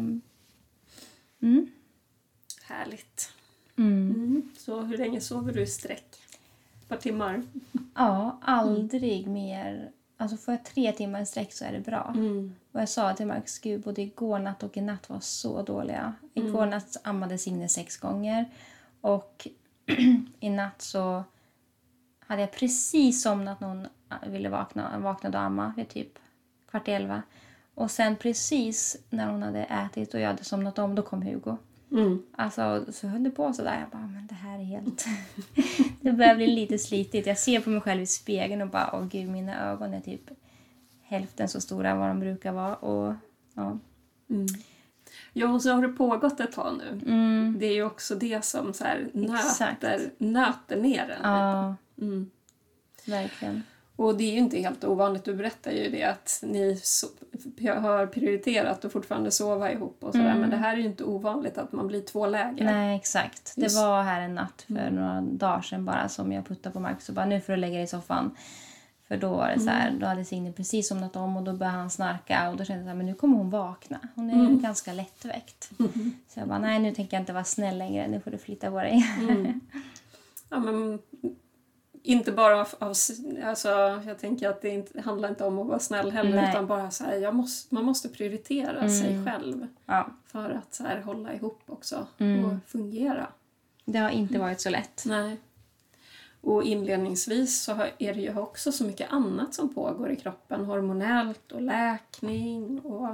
S3: Eh, mm.
S2: Härligt.
S3: Mm.
S2: Mm. Så hur länge sover du i sträck? Ett par timmar?
S3: Ja, aldrig mm. mer. Alltså får jag tre timmar i sträck så är det bra. Mm. Och jag sa till Marcus, gud, både igår natt och i natt var så dåliga. Mm. Igår natt ammade Signe sex gånger. Och i natt så hade jag precis somnat när hon ville vakna. Vaknade och amma vid typ kvart i elva. Och sen precis när hon hade ätit och jag hade somnat om, då kom Hugo. Mm. Alltså så höll det på sådär. Jag bara, men det här är helt... det börjar bli lite slitigt. Jag ser på mig själv i spegeln och bara, åh gud, mina ögon är typ hälften så stora än vad de brukar vara. Och ja.
S2: Mm. Ja, och så har det pågått ett tag nu. Mm. Det är ju också det som så här nöter, nöter ner en.
S3: Ja, mm. Verkligen.
S2: Och det är ju inte helt ovanligt, du berättar ju det att ni so- har prioriterat och fortfarande sova ihop och sådär. Mm. Men det här är ju inte ovanligt att man blir två läger.
S3: Nej, exakt. Just. Det var här en natt för mm. några dagar sedan bara som jag puttade på Marcus och bara, nu får du lägga dig i soffan. För då var det så här, mm. då hade Signe precis somnat om och då började han snarka. Och då kände jag så här, men nu kommer hon vakna. Hon är mm. ganska lättväckt. Mm. Så jag bara, nej nu tänker jag inte vara snäll längre, nu får du flytta på dig.
S2: Mm. Ja, men... Inte bara av, av, alltså jag tänker att det inte det handlar inte om att vara snäll heller. Nej. Utan bara så här, jag måste, man måste prioritera mm. sig själv. Ja. För att så här, hålla ihop också mm. och fungera.
S3: Det har inte varit så lätt.
S2: Nej. Och inledningsvis så är det ju också så mycket annat som pågår i kroppen. Hormonellt och läkning och,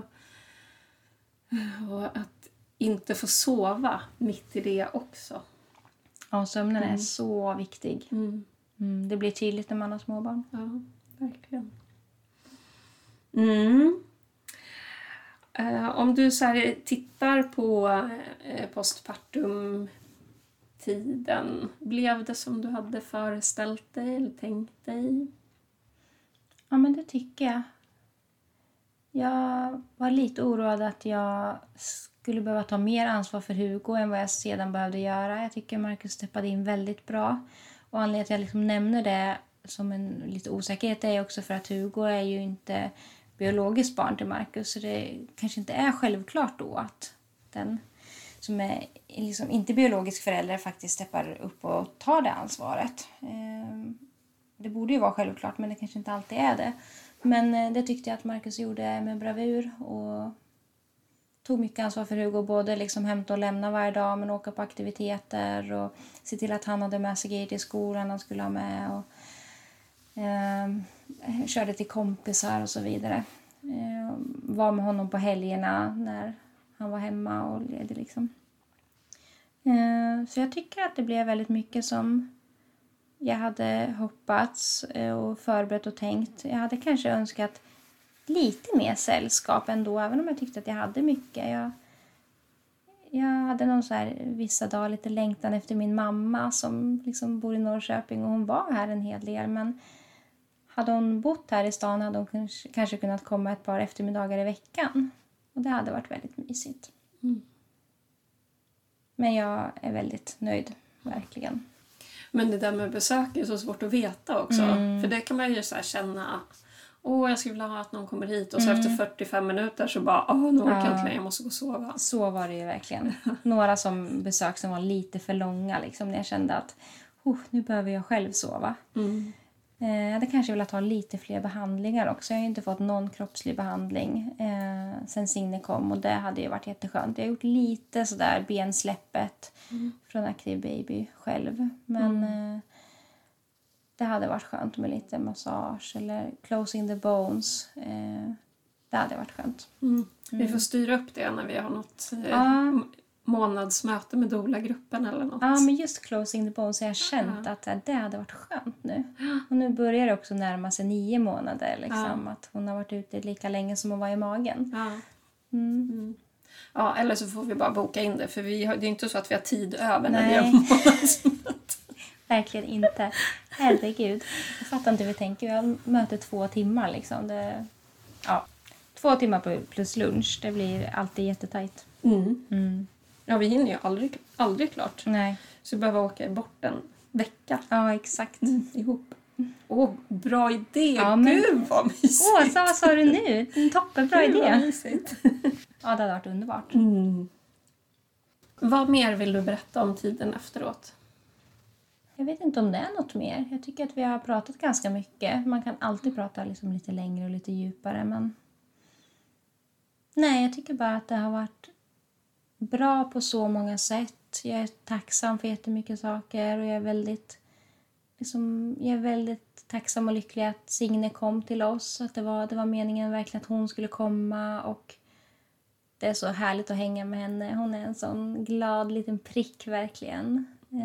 S2: och att inte få sova mitt i det också.
S3: Ja, sömnen mm. är så viktig.
S2: Mm.
S3: Mm, det blir tydligt när man har småbarn.
S2: Ja, verkligen. Mm. Uh, om du så här tittar på uh, postpartum-tiden, blev det som du hade föreställt dig eller tänkt dig?
S3: Ja, men det tycker jag. Jag var lite oroad att jag skulle behöva ta mer ansvar för Hugo än vad jag sedan behövde göra. Jag tycker Marcus steppade in väldigt bra. Och anledningen till att jag liksom nämner det som en lite osäkerhet är också för att Hugo är ju inte biologiskt barn till Marcus. Så det kanske inte är självklart då att den som är liksom inte biologisk förälder faktiskt steppar upp och tar det ansvaret. Eh, det borde ju vara självklart, men det kanske inte alltid är det. Men eh, det tyckte jag att Marcus gjorde med bravur och tog mycket ansvar för Hugo. Både liksom hämta och lämna varje dag, men åka på aktiviteter och se till att han hade med sig grejer till skolan han skulle ha med. Och, eh, körde till kompisar och så vidare. Eh, var med honom på helgerna när han var hemma och ledig liksom. Eh, så jag tycker att det blev väldigt mycket som jag hade hoppats och förberett och tänkt. Jag hade kanske önskat lite mer sällskap ändå, även om jag tyckte att jag hade mycket. Jag, jag hade någon så här vissa dagar lite längtan efter min mamma som liksom bor i Norrköping, och hon var här en hel del, men hade hon bott här i stan hade hon kanske, kanske kunnat komma ett par eftermiddagar i veckan. Och det hade varit väldigt mysigt. Mm. Men jag är väldigt nöjd, verkligen.
S2: Men det där med besök är så svårt att veta också. Mm. För det kan man ju så här känna, åh jag skulle vilja ha att någon kommer hit. Och så mm. efter fyrtiofem minuter så bara, åh nu orkar jag inte längre, jag måste gå och sova.
S3: Så var det ju verkligen. Några som besök som var lite för långa liksom, när jag kände att oh, nu behöver jag själv sova. Mm. Jag hade kanske velat ha lite fler behandlingar också. Jag har inte fått någon kroppslig behandling eh, sen Signe kom. Och det hade ju varit jätteskönt. Jag har gjort lite sådär bensläppet mm. från Active Baby själv. Men mm. eh, det hade varit skönt med lite massage eller closing the bones. Eh, det hade varit skönt.
S2: Mm. Mm. Vi får styra upp det när vi har något... Eh, ja. månadsmöte med doula-gruppen eller något.
S3: Ja, men just closing the bones har jag känt ja. att det hade varit skönt nu. Och nu börjar det också närma sig nio månader. Liksom, ja. Att hon har varit ute lika länge som hon var i magen.
S2: Ja.
S3: Mm.
S2: Mm. Ja, eller så får vi bara boka in det. För vi har, det är inte så att vi har tid över när vi har månadsmöte.
S3: Verkligen inte. Herregud. Jag fattar inte hur vi tänker. Vi har möte två timmar liksom. Det, ja. Två timmar plus lunch. Det blir alltid jättetajt.
S2: Mm.
S3: Mm.
S2: Ja, vi hinner ju aldrig, aldrig klart.
S3: Nej.
S2: Så vi behöver åka bort en vecka.
S3: Ja, exakt.
S2: Mm, ihop. Åh, bra idé! Ja, men... Gud vad mysigt!
S3: Åh, så vad sa du nu? En toppenbra idé.
S2: Vad mysigt.
S3: Ja, det hade varit underbart.
S2: Mm. Vad mer vill du berätta om tiden efteråt?
S3: Jag vet inte om det är något mer. Jag tycker att vi har pratat ganska mycket. Man kan alltid prata liksom lite längre och lite djupare, men... Nej, jag tycker bara att det har varit bra på så många sätt. Jag är tacksam för jättemycket saker och jag är väldigt liksom, jag är väldigt tacksam och lycklig att Signe kom till oss. Att det var, det var meningen verkligen att hon skulle komma, och det är så härligt att hänga med henne. Hon är en sån glad liten prick verkligen.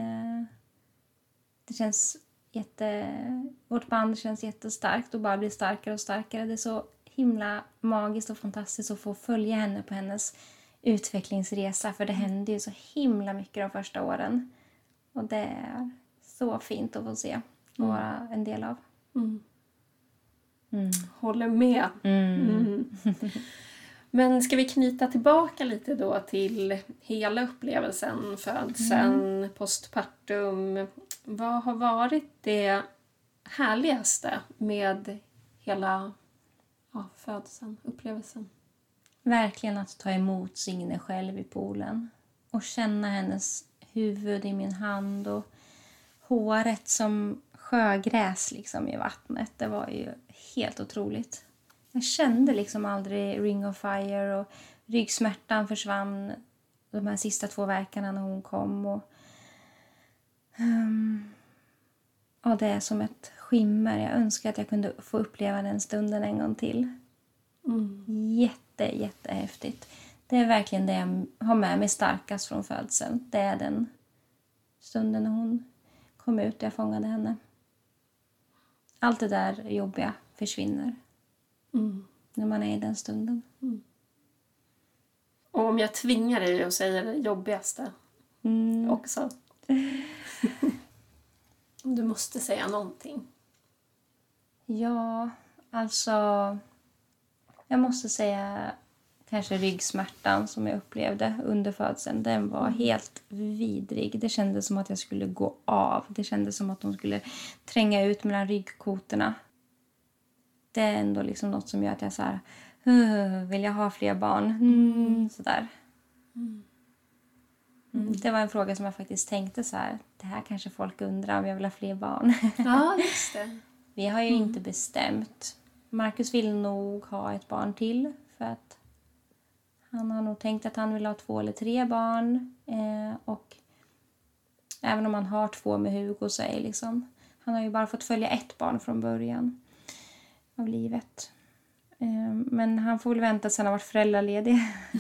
S3: Det känns jätte... Vårt band känns jättestarkt och bara blir starkare och starkare. Det är så himla magiskt och fantastiskt att få följa henne på hennes utvecklingsresa, för det hände ju så himla mycket de första åren, och det är så fint att få se och vara mm. en del av.
S2: Mm.
S3: Mm.
S2: Håller med.
S3: Mm.
S2: Mm. Men ska vi knyta tillbaka lite då till hela upplevelsen, födseln, mm. postpartum. Vad har varit det härligaste med hela ja, födseln, upplevelsen?
S3: Verkligen att ta emot Signe själv i poolen. Och känna hennes huvud i min hand. Och håret som sjögräs liksom i vattnet. Det var ju helt otroligt. Jag kände liksom aldrig Ring of Fire. Och ryggsmärtan försvann de här sista två veckorna när hon kom. Och, um, ja, det är som ett skimmer. Jag önskar att jag kunde få uppleva den stunden en gång till.
S2: Mm.
S3: Jätte, jättehäftigt. Det är verkligen det jag har med mig starkast från födseln. Det är den stunden när hon kom ut och jag fångade henne. Allt det där jobbiga försvinner.
S2: Mm.
S3: När man är i den stunden.
S2: Mm. Och om jag tvingar dig att säga det jobbigaste
S3: mm.
S2: också. Du måste säga någonting.
S3: Ja, alltså... Jag måste säga kanske ryggsmärtan som jag upplevde under födseln. Den var helt vidrig. Det kändes som att jag skulle gå av. Det kändes som att de skulle tränga ut mellan ryggkotorna. Det är ändå liksom något som gör att jag så här, vill jag ha fler barn? Mm, sådär.
S2: Mm.
S3: Mm. Det var en fråga som jag faktiskt tänkte så här. Det här kanske folk undrar om jag vill ha fler barn.
S2: Ja, just det.
S3: Vi har ju mm. inte bestämt. Marcus vill nog ha ett barn till. För att han har nog tänkt att han vill ha två eller tre barn. Eh, och även om han har två med Hugo så är liksom... Han har ju bara fått följa ett barn från början av livet. Eh, men han får väl vänta sen han har varit föräldraledig.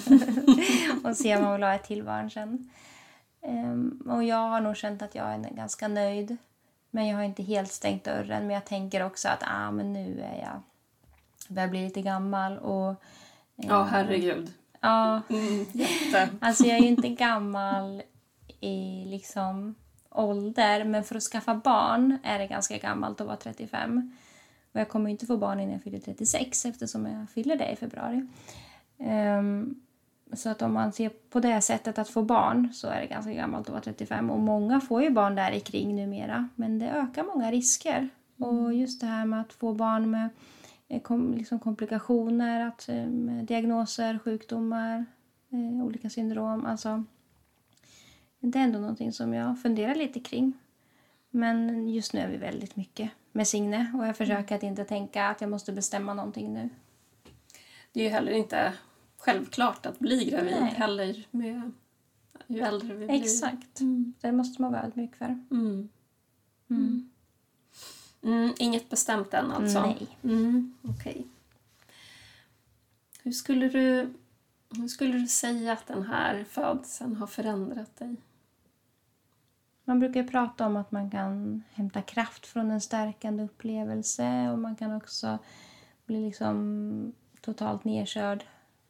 S3: Och se om han vill ha ett till barn sen. Eh, och jag har nog känt att jag är ganska nöjd. Men jag har inte helt stängt dörren. Men jag tänker också att ah, men nu är jag... Jag börjar bli lite gammal och...
S2: Eh, ja, herregud.
S3: Ja,
S2: mm, jätte.
S3: Alltså jag är ju inte gammal i liksom ålder. Men för att skaffa barn är det ganska gammalt att vara trettiofem. Och jag kommer inte få barn innan jag fyller trettiosex eftersom jag fyller det i februari. Um, så att om man ser på det sättet att få barn så är det ganska gammalt att vara trettiofem. Och många får ju barn där i kring numera. Men det ökar många risker. Och just det här med att få barn med kom, liksom komplikationer, att, med diagnoser, sjukdomar, eh, olika syndrom. Alltså, det är ändå någonting som jag funderar lite kring. Men just nu är vi väldigt mycket med Signe. Och jag försöker att inte tänka att jag måste bestämma någonting nu.
S2: Det är ju heller inte självklart att bli gravid.
S3: Nej.
S2: Heller med ju äldre vi blir.
S3: Exakt. Mm. Det måste man vara väldigt mycket för.
S2: Mm.
S3: Mm.
S2: Mm, inget bestämt än alltså?
S3: Nej.
S2: Mm, okej. Okay. Hur skulle du, hur skulle du säga att den här födseln har förändrat dig?
S3: Man brukar ju prata om att man kan hämta kraft från en stärkande upplevelse. Och man kan också bli liksom totalt nedkörd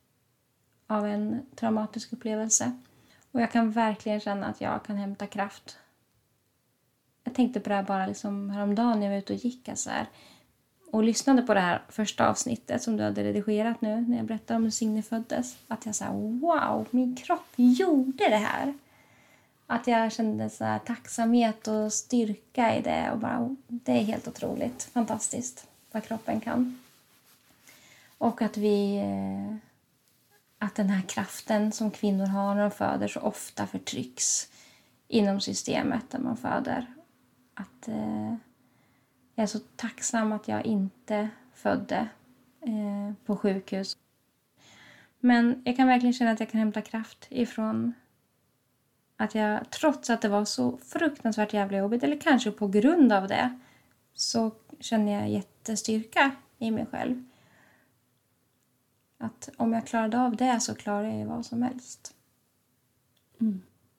S3: av en traumatisk upplevelse. Och jag kan verkligen känna att jag kan hämta kraft. Jag tänkte på det här bara liksom häromdagen när jag var ute och gick. Alltså här, och lyssnade på det här första avsnittet som du hade redigerat nu. När jag berättade om hur Signe föddes. Att jag sa wow, min kropp gjorde det här. Att jag kände så här tacksamhet och styrka i det. Och bara, det är helt otroligt. Fantastiskt vad kroppen kan. Och att vi... Att den här kraften som kvinnor har när de föder så ofta förtrycks inom systemet där man föder. Att eh, jag är så tacksam att jag inte födde eh, på sjukhus. Men jag kan verkligen känna att jag kan hämta kraft ifrån att jag, trots att det var så fruktansvärt jävla jobbigt, eller kanske på grund av det, så känner jag jättestyrka i mig själv. Att om jag klarade av det så klarar jag vad som helst.
S2: Mm.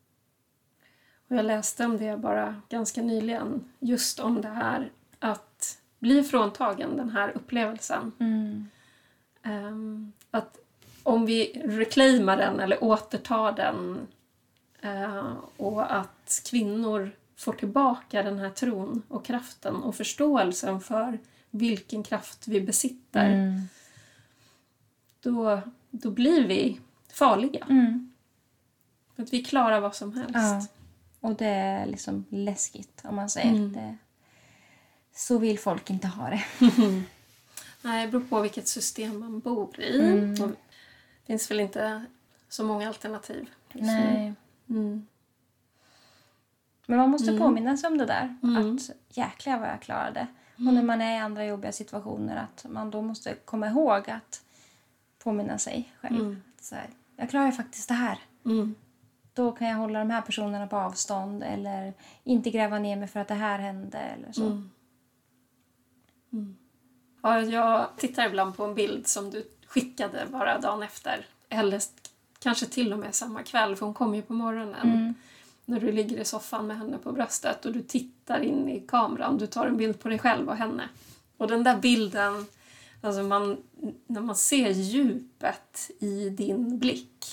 S2: Och jag läste om det bara ganska nyligen. Just om det här att bli fråntagen den här upplevelsen.
S3: Mm.
S2: Um, att om vi reclaimar den eller återtar den uh, och att kvinnor får tillbaka den här tron och kraften och förståelsen för vilken kraft vi besitter.
S3: Mm.
S2: Då, då blir vi farliga.
S3: Mm.
S2: För att vi klarar vad som helst.
S3: Ja. Och det är liksom läskigt om man säger mm. det. Så vill folk inte ha det.
S2: Nej, det beror på vilket system man bor i.
S3: Mm.
S2: Och det finns väl inte så många alternativ.
S3: Nej.
S2: Mm.
S3: Men man måste
S2: mm.
S3: påminna sig om det där.
S2: Mm.
S3: Att jäklar vad jag klarade.
S2: Mm.
S3: Och när man är i andra jobbiga situationer att man då måste komma ihåg att påminna sig själv.
S2: Mm.
S3: Så här, jag klarar faktiskt det här.
S2: Mm.
S3: Då kan jag hålla de här personerna på avstånd. Eller inte gräva ner mig för att det här hände. Eller så.
S2: Mm. Mm. Ja, jag tittar ibland på en bild som du skickade bara dagen efter. Eller kanske till och med samma kväll. För hon kom ju på morgonen.
S3: Mm.
S2: När du ligger i soffan med henne på bröstet. Och du tittar in i kameran. Du tar en bild på dig själv och henne. Och den där bilden... Alltså man, när man ser djupet i din blick.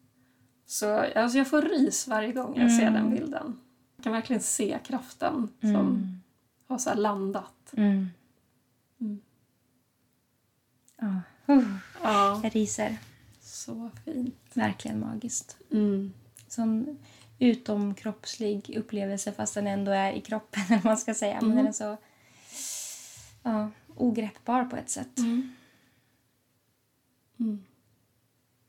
S2: Så alltså jag får rys varje gång jag mm. ser den bilden. Jag kan verkligen se kraften mm. som har så här landat.
S3: Mm.
S2: Mm.
S3: Ja. Uh.
S2: Ja.
S3: Jag ryser.
S2: Så fint.
S3: Verkligen magiskt.
S2: Mm.
S3: Sån utomkroppslig upplevelse fast den ändå är i kroppen. Eller man ska säga. Mm. Men den är så ja, ogreppbar på ett sätt.
S2: Mm. Mm.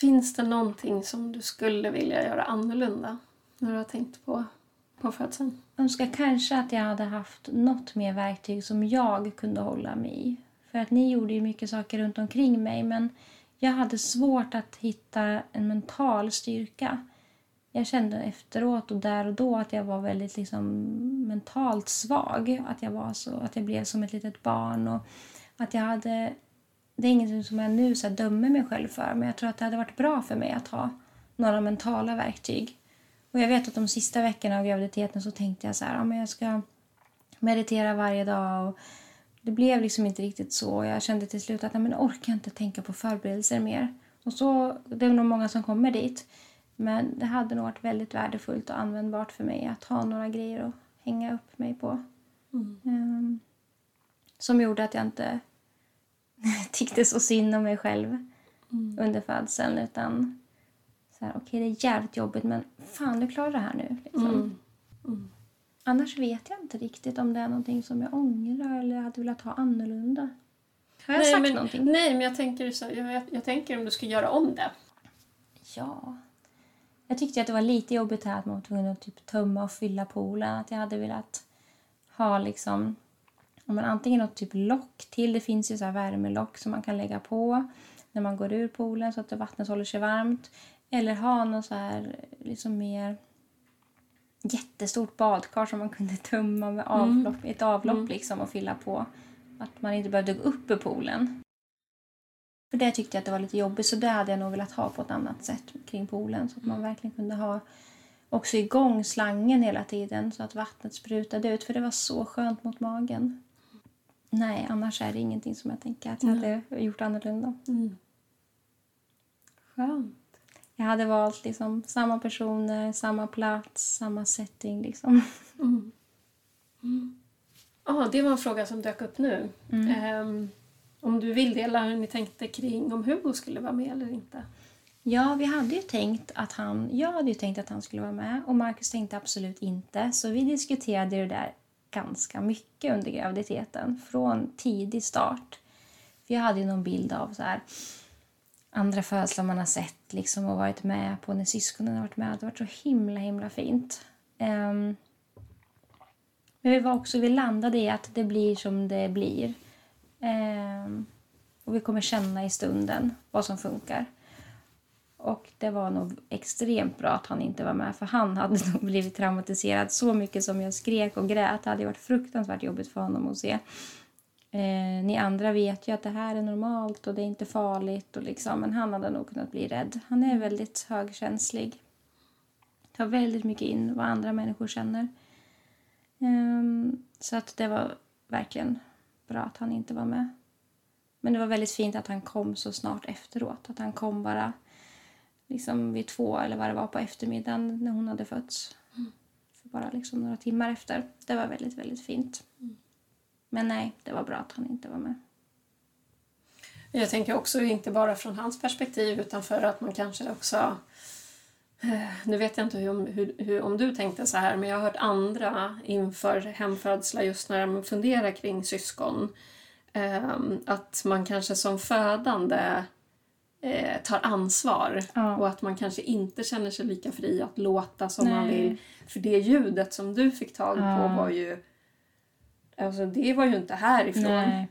S2: Finns det någonting som du skulle vilja göra annorlunda när du har tänkt på, på födseln?
S3: Jag önskar kanske att jag hade haft något mer verktyg som jag kunde hålla mig i. För att ni gjorde ju mycket saker runt omkring mig, men jag hade svårt att hitta en mental styrka. Jag kände efteråt och där och då att jag var väldigt liksom mentalt svag. Att jag, var så, att jag blev som ett litet barn. Och att jag hade, det är ingenting som jag nu så här dömer mig själv för. Men jag tror att det hade varit bra för mig att ha några mentala verktyg. Och jag vet att de sista veckorna av graviditeten så tänkte jag så här. Ja, men jag ska meditera varje dag. Och det blev liksom inte riktigt så. Jag kände till slut att nej, men jag orkar inte tänka på förberedelser mer. Och så, det är nog många som kommer dit. Men det hade nog varit väldigt värdefullt och användbart för mig att ha några grejer att hänga upp mig på. Mm. Um, som gjorde att jag inte tyckte så synd om mig själv mm. under födseln. Utan så här, okej, okay, det är jävligt jobbigt, men fan, du klarar det här nu. Liksom. Mm. Mm. Annars vet jag inte riktigt om det är någonting som jag ångrar eller hade velat ha annorlunda. Har jag
S2: nej,
S3: sagt
S2: men,
S3: någonting?
S2: Nej, men jag tänker, så, jag, jag tänker om du ska göra om det.
S3: Ja. Jag tyckte att det var lite jobbigt här att man var tvungen att typ tömma och fylla poolen. Att jag hade velat ha liksom, om man antingen något typ lock till. Det finns ju så här värmelock som man kan lägga på när man går ur poolen så att vattnet håller sig varmt. Eller ha något så här liksom mer jättestort badkar som man kunde tömma med avlopp, mm. ett avlopp mm. liksom och fylla på. Att man inte behövde gå upp i poolen. För det tyckte jag att det var lite jobbigt, så det hade jag nog velat ha på ett annat sätt kring poolen. Så att man verkligen kunde ha också igång slangen hela tiden så att vattnet sprutade ut. För det var så skönt mot magen. Nej, annars är det ingenting som jag tänker att jag hade gjort annorlunda. Mm.
S2: Skönt.
S3: Jag hade valt liksom samma personer, samma plats, samma setting liksom.
S2: Mm. Mm. Ah, det var en fråga som dök upp nu. Mm. Um, om du vill dela hur ni tänkte kring om Hugo skulle vara med eller inte.
S3: Ja, vi hade ju tänkt att han, jag hade ju tänkt att han skulle vara med och Marcus tänkte absolut inte. Så vi diskuterade det där ganska mycket under graviditeten, från tidig start. För jag hade ju någon bild av så här andra födslar man har sett liksom och varit med på när syskonen har varit med. Det har varit så himla, himla fint. Um, men vi var också, vi landade i att det blir som det blir. Um, och vi kommer känna i stunden vad som funkar. Och det var nog extremt bra att han inte var med. För han hade nog blivit traumatiserad så mycket som jag skrek och grät. Det hade varit fruktansvärt jobbigt för honom att se. Eh, ni andra vet ju att det här är normalt och det är inte farligt. Och liksom, men han hade nog kunnat bli rädd. Han är väldigt högkänslig. Tar väldigt mycket in vad andra människor känner. Eh, så att det var verkligen bra att han inte var med. Men det var väldigt fint att han kom så snart efteråt. Att han kom bara liksom vid två eller vad det var på eftermiddagen när hon hade fötts. Mm. För bara liksom några timmar efter. Det var väldigt, väldigt fint. Mm. Men nej, det var bra att han inte var med.
S2: Jag tänker också inte bara från hans perspektiv utan för att man kanske också... Nu vet jag inte hur, hur, hur, om du tänkte så här, men jag har hört andra inför hemfödslar just när de funderar kring syskon. Att man kanske som födande tar ansvar ja. Och att man kanske inte känner sig lika fri att låta som Nej. Man vill. För det ljudet som du fick tag på ja. Var ju... Alltså det var ju inte härifrån.
S3: Nej,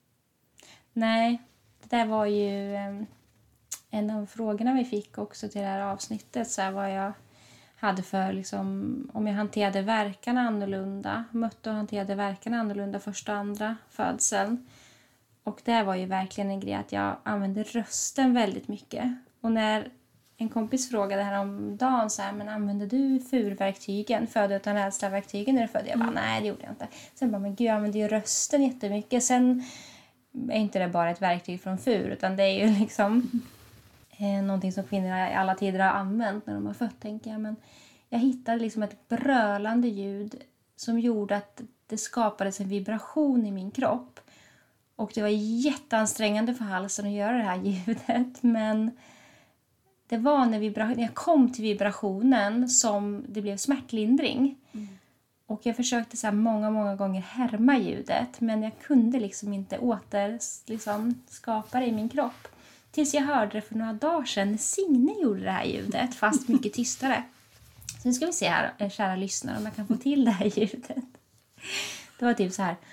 S3: Nej det där var ju um, en av frågorna vi fick också till det här avsnittet. Så här, vad jag hade för, liksom, om jag hanterade verkarna annorlunda. Mötte och hanterade verkarna annorlunda första och andra födseln. Och det var ju verkligen en grej att jag använde rösten väldigt mycket. Och när en kompis frågade här om dagen så här, men använde du furverktygen, föda utan rädsla-verktygen när du födde? Jag bara, mm. nej det gjorde jag inte. Sen bara, men gud jag använde ju rösten jättemycket. Sen är inte det bara ett verktyg från fur, utan det är ju liksom eh, någonting som kvinnor i alla tider har använt när de har fött, tänker jag. Men jag hittade liksom ett brölande ljud som gjorde att det skapades en vibration i min kropp. Och det var jätteansträngande för halsen att göra det här ljudet. Men det var när, vibra- när jag kom till vibrationen som det blev smärtlindring. Mm. Och jag försökte så här många, många gånger härma ljudet. Men jag kunde liksom inte åter liksom, skapa det i min kropp. Tills jag hörde det för några dagar sedan när Signe gjorde det här ljudet, fast mycket tystare. Så nu ska vi se här, kära lyssnare, om jag kan få till det här ljudet. Det var typ så här.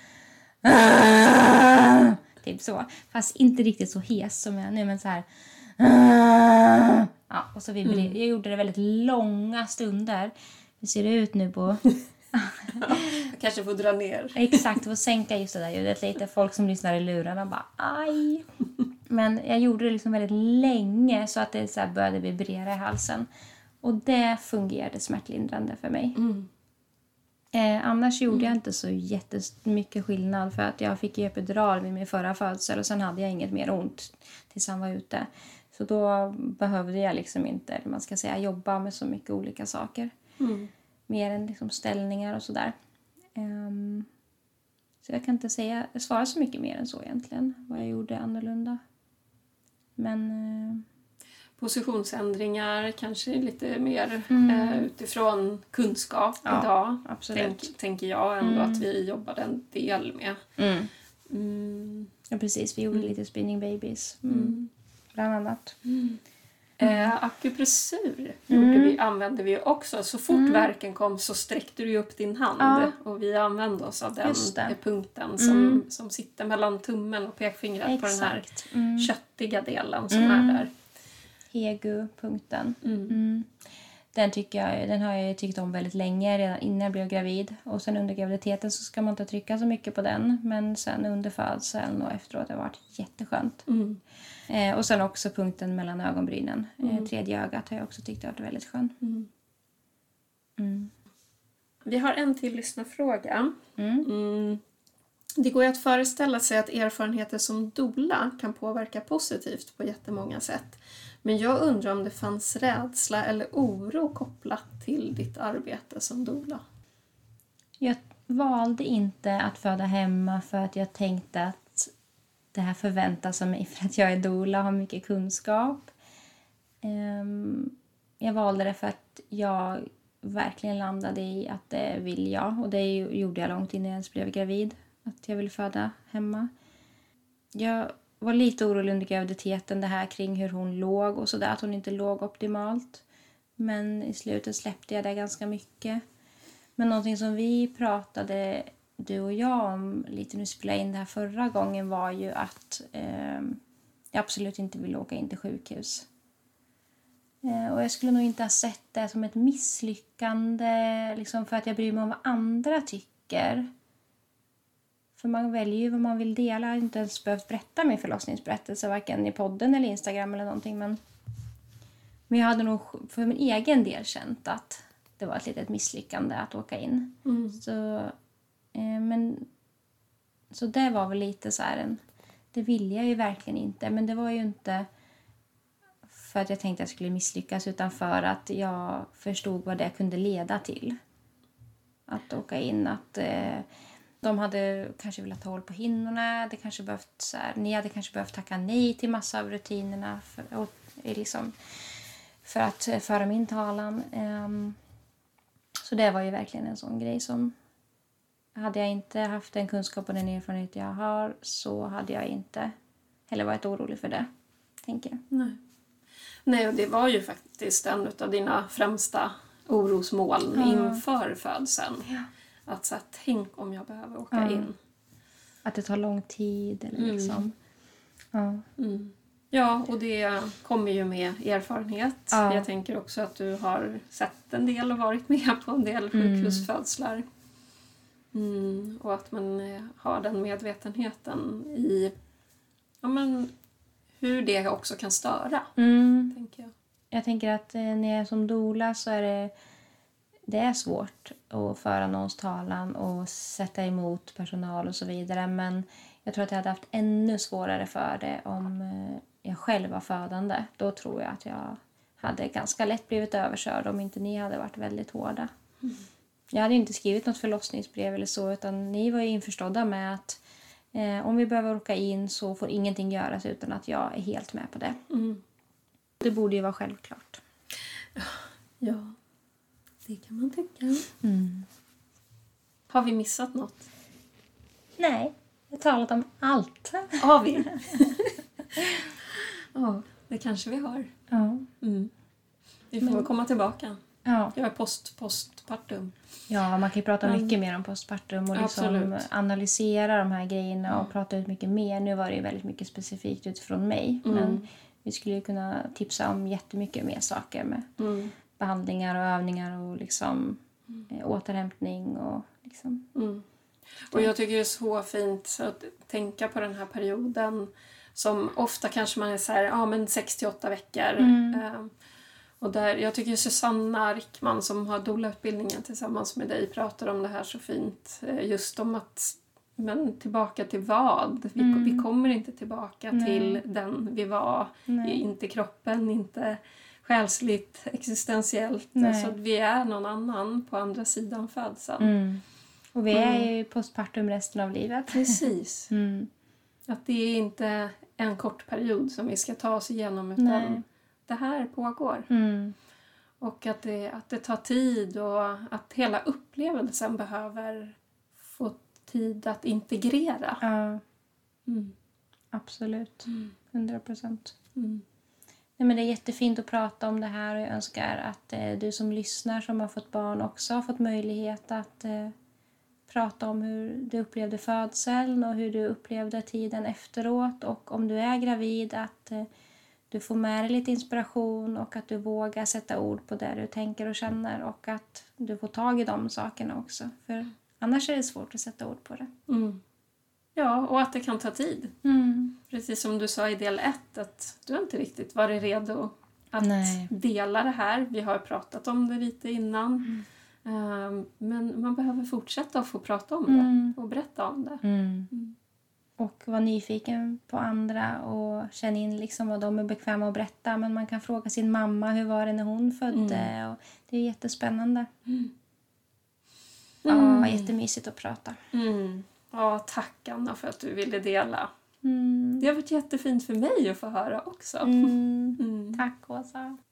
S3: Typ så. Fast inte riktigt så hes som jag nu, men så här. Ja, och så vibrer- mm. Jag gjorde det väldigt långa stunder. Hur ser det ut nu på...
S2: Ja, jag kanske får dra ner.
S3: Exakt, får sänka just det där ljudet lite. Folk som lyssnar i lurarna bara, aj. Men jag gjorde det liksom väldigt länge så att det så här började vibrera i halsen. Och det fungerade smärtlindrande för mig. Mm. Eh, annars gjorde mm. jag inte så jättemycket skillnad. För att jag fick ju epidural vid min förra födsel. Och sen hade jag inget mer ont tills han var ute. Så då behövde jag liksom inte, man ska säga, jobba med så mycket olika saker. Mm. Mer än liksom ställningar och sådär. Um, så jag kan inte säga, svara så mycket mer än så egentligen. Vad jag gjorde annorlunda. Men... Uh...
S2: Positionsändringar, kanske lite mer mm. uh, utifrån kunskap ja, idag.
S3: Absolut.
S2: Tänk, tänker jag ändå mm. att vi jobbade en del med.
S3: Mm.
S2: Mm.
S3: Ja, precis. Vi gjorde mm. lite spinning babies. Mm. Mm. Bland annat.
S2: Mm. Eh, akupressur mm. gjorde vi, använde vi också. Så fort mm. verken kom så sträckte du upp din hand. Ja. Och vi använde oss av den punkten som, mm. som sitter mellan tummen och pekfingret. Exakt. På den här mm. köttiga delen som mm. är där.
S3: Hegu-punkten. Mm. Mm. Den, tycker jag, den har jag tyckt om väldigt länge, redan innan jag blev gravid. Och sen under graviditeten så ska man inte trycka så mycket på den. Men sen under födseln och efteråt har det varit jätteskönt. Mm. Eh, och sen också punkten mellan ögonbrynen. Mm. Eh, tredje ögat har jag också tyckt har varit väldigt skön. Mm.
S2: Mm. Vi har en till lyssnarfråga. Mm. Mm. Det går ju att föreställa sig att erfarenheter som doula kan påverka positivt på jättemånga sätt. Men jag undrar om det fanns rädsla eller oro kopplat till ditt arbete som doula.
S3: Jag valde inte att föda hemma för att jag tänkte att det här förväntas av mig för att jag är doula och har mycket kunskap. Jag valde det för att jag verkligen landade i att det vill jag. Och det gjorde jag långt innan jag ens blev gravid. Att jag ville föda hemma. Jag var lite orolig under graviditeten, det här kring hur hon låg och sådär, att hon inte låg optimalt. Men i slutet släppte jag det ganska mycket. Men någonting som vi pratade, du och jag, om lite nu spelade in det här förra gången var ju att eh, jag absolut inte ville åka in till sjukhus. Eh, och jag skulle nog inte ha sett det som ett misslyckande liksom för att jag bryr mig om vad andra tycker. För man väljer ju vad man vill dela. Jag har inte ens behövt berätta min förlossningsberättelse. Varken i podden eller Instagram eller någonting. Men, men jag hade nog för min egen del känt att det var ett litet misslyckande att åka in. Mm. Så, eh, men, så det var väl lite så här en... Det ville jag ju verkligen inte. Men det var ju inte för att jag tänkte att jag skulle misslyckas. Utan för att jag förstod vad det kunde leda till. Att åka in, att... Eh, De hade kanske velat ta håll på hinnorna. Det kanske behövt, så här, ni hade kanske behövt tacka nej till massa av rutinerna för, och, liksom, för att föra min talan. Um, så det var ju verkligen en sån grej som... Hade jag inte haft den kunskap och den erfarenhet jag har så hade jag inte heller varit orolig för det, tänker jag.
S2: Nej, nej och det var ju faktiskt en av dina främsta orosmoln mm. inför födseln. Ja. Att så här, tänk om jag behöver åka mm. in.
S3: Att det tar lång tid. Eller liksom.
S2: mm. Ja. Mm. Ja, och det kommer ju med erfarenhet. Ja. Jag tänker också att du har sett en del och varit med på en del sjukhusfödslar. Mm. Och att man har den medvetenheten i ja, men, hur det också kan störa. Mm. Tänker jag.
S3: jag tänker att när jag är som doula så är det... Det är svårt att föra någons talan och sätta emot personal och så vidare. Men jag tror att jag hade haft ännu svårare för det om jag själv var födande. Då tror jag att jag hade ganska lätt blivit överkörd om inte ni hade varit väldigt hårda. Mm. Jag hade inte skrivit något förlossningsbrev eller så, utan ni var ju införstådda med att eh, om vi behöver åka in så får ingenting göras utan att jag är helt med på det. Mm. Det borde ju vara självklart.
S2: Ja. Det kan man tycka. Mm. Har vi missat något?
S3: Nej, jag har talat om allt.
S2: Har vi? Ja, det kanske vi har.
S3: Ja.
S2: Mm. Vi får Men... komma tillbaka.
S3: Ja.
S2: Jag är post, postpartum.
S3: Ja, man kan ju prata Men... mycket mer om postpartum och liksom analysera de här grejerna och mm. prata ut mycket mer. Nu var det ju väldigt mycket specifikt utifrån mig. Mm. Men vi skulle ju kunna tipsa om jättemycket mer saker med mm. behandlingar och övningar och liksom mm. eh, återhämtning och liksom...
S2: Mm. Och jag tycker det är så fint att tänka på den här perioden som ofta kanske man är så här, ja men sex till åtta veckor. Mm. Eh, och där, jag tycker Susanna Rickman som har doula-utbildningen tillsammans med dig pratar om det här så fint. Eh, just om att, men tillbaka till vad? Vi, mm. vi kommer inte tillbaka Nej. till den vi var. Nej. Inte kroppen, inte själsligt, existentiellt. Alltså att vi är någon annan på andra sidan födseln. Mm.
S3: Och vi är ju postpartum resten av livet.
S2: Precis. Mm. Att det är inte en kort period som vi ska ta oss igenom utan Nej. det här pågår. Mm. Och att det, att det tar tid och att hela upplevelsen behöver få tid att integrera.
S3: Ja, mm. absolut. hundra procent. Mm. Nej, men det är jättefint att prata om det här och jag önskar att eh, du som lyssnar som har fått barn också har fått möjlighet att eh, prata om hur du upplevde födseln och hur du upplevde tiden efteråt. Och om du är gravid att eh, du får med dig lite inspiration och att du vågar sätta ord på det du tänker och känner. Och att du får tag i de sakerna också. För annars är det svårt att sätta ord på det.
S2: Mm. Ja, och att det kan ta tid. Mm. Precis som du sa i del ett att du inte riktigt varit redo att Nej. dela det här. Vi har pratat om det lite innan. Mm. Um, men man behöver fortsätta att få prata om mm. det och berätta om det. Mm.
S3: Mm. Och vara nyfiken på andra och känna in liksom vad de är bekväma att berätta. Men man kan fråga sin mamma hur var det när hon födde. Mm. Och det är jättespännande. Mm. Ja, jättemysigt att prata.
S2: Mm. Ja, tack Anna för att du ville dela. Mm. Det har varit jättefint för mig att få höra också.
S3: Mm. Mm. Tack Åsa.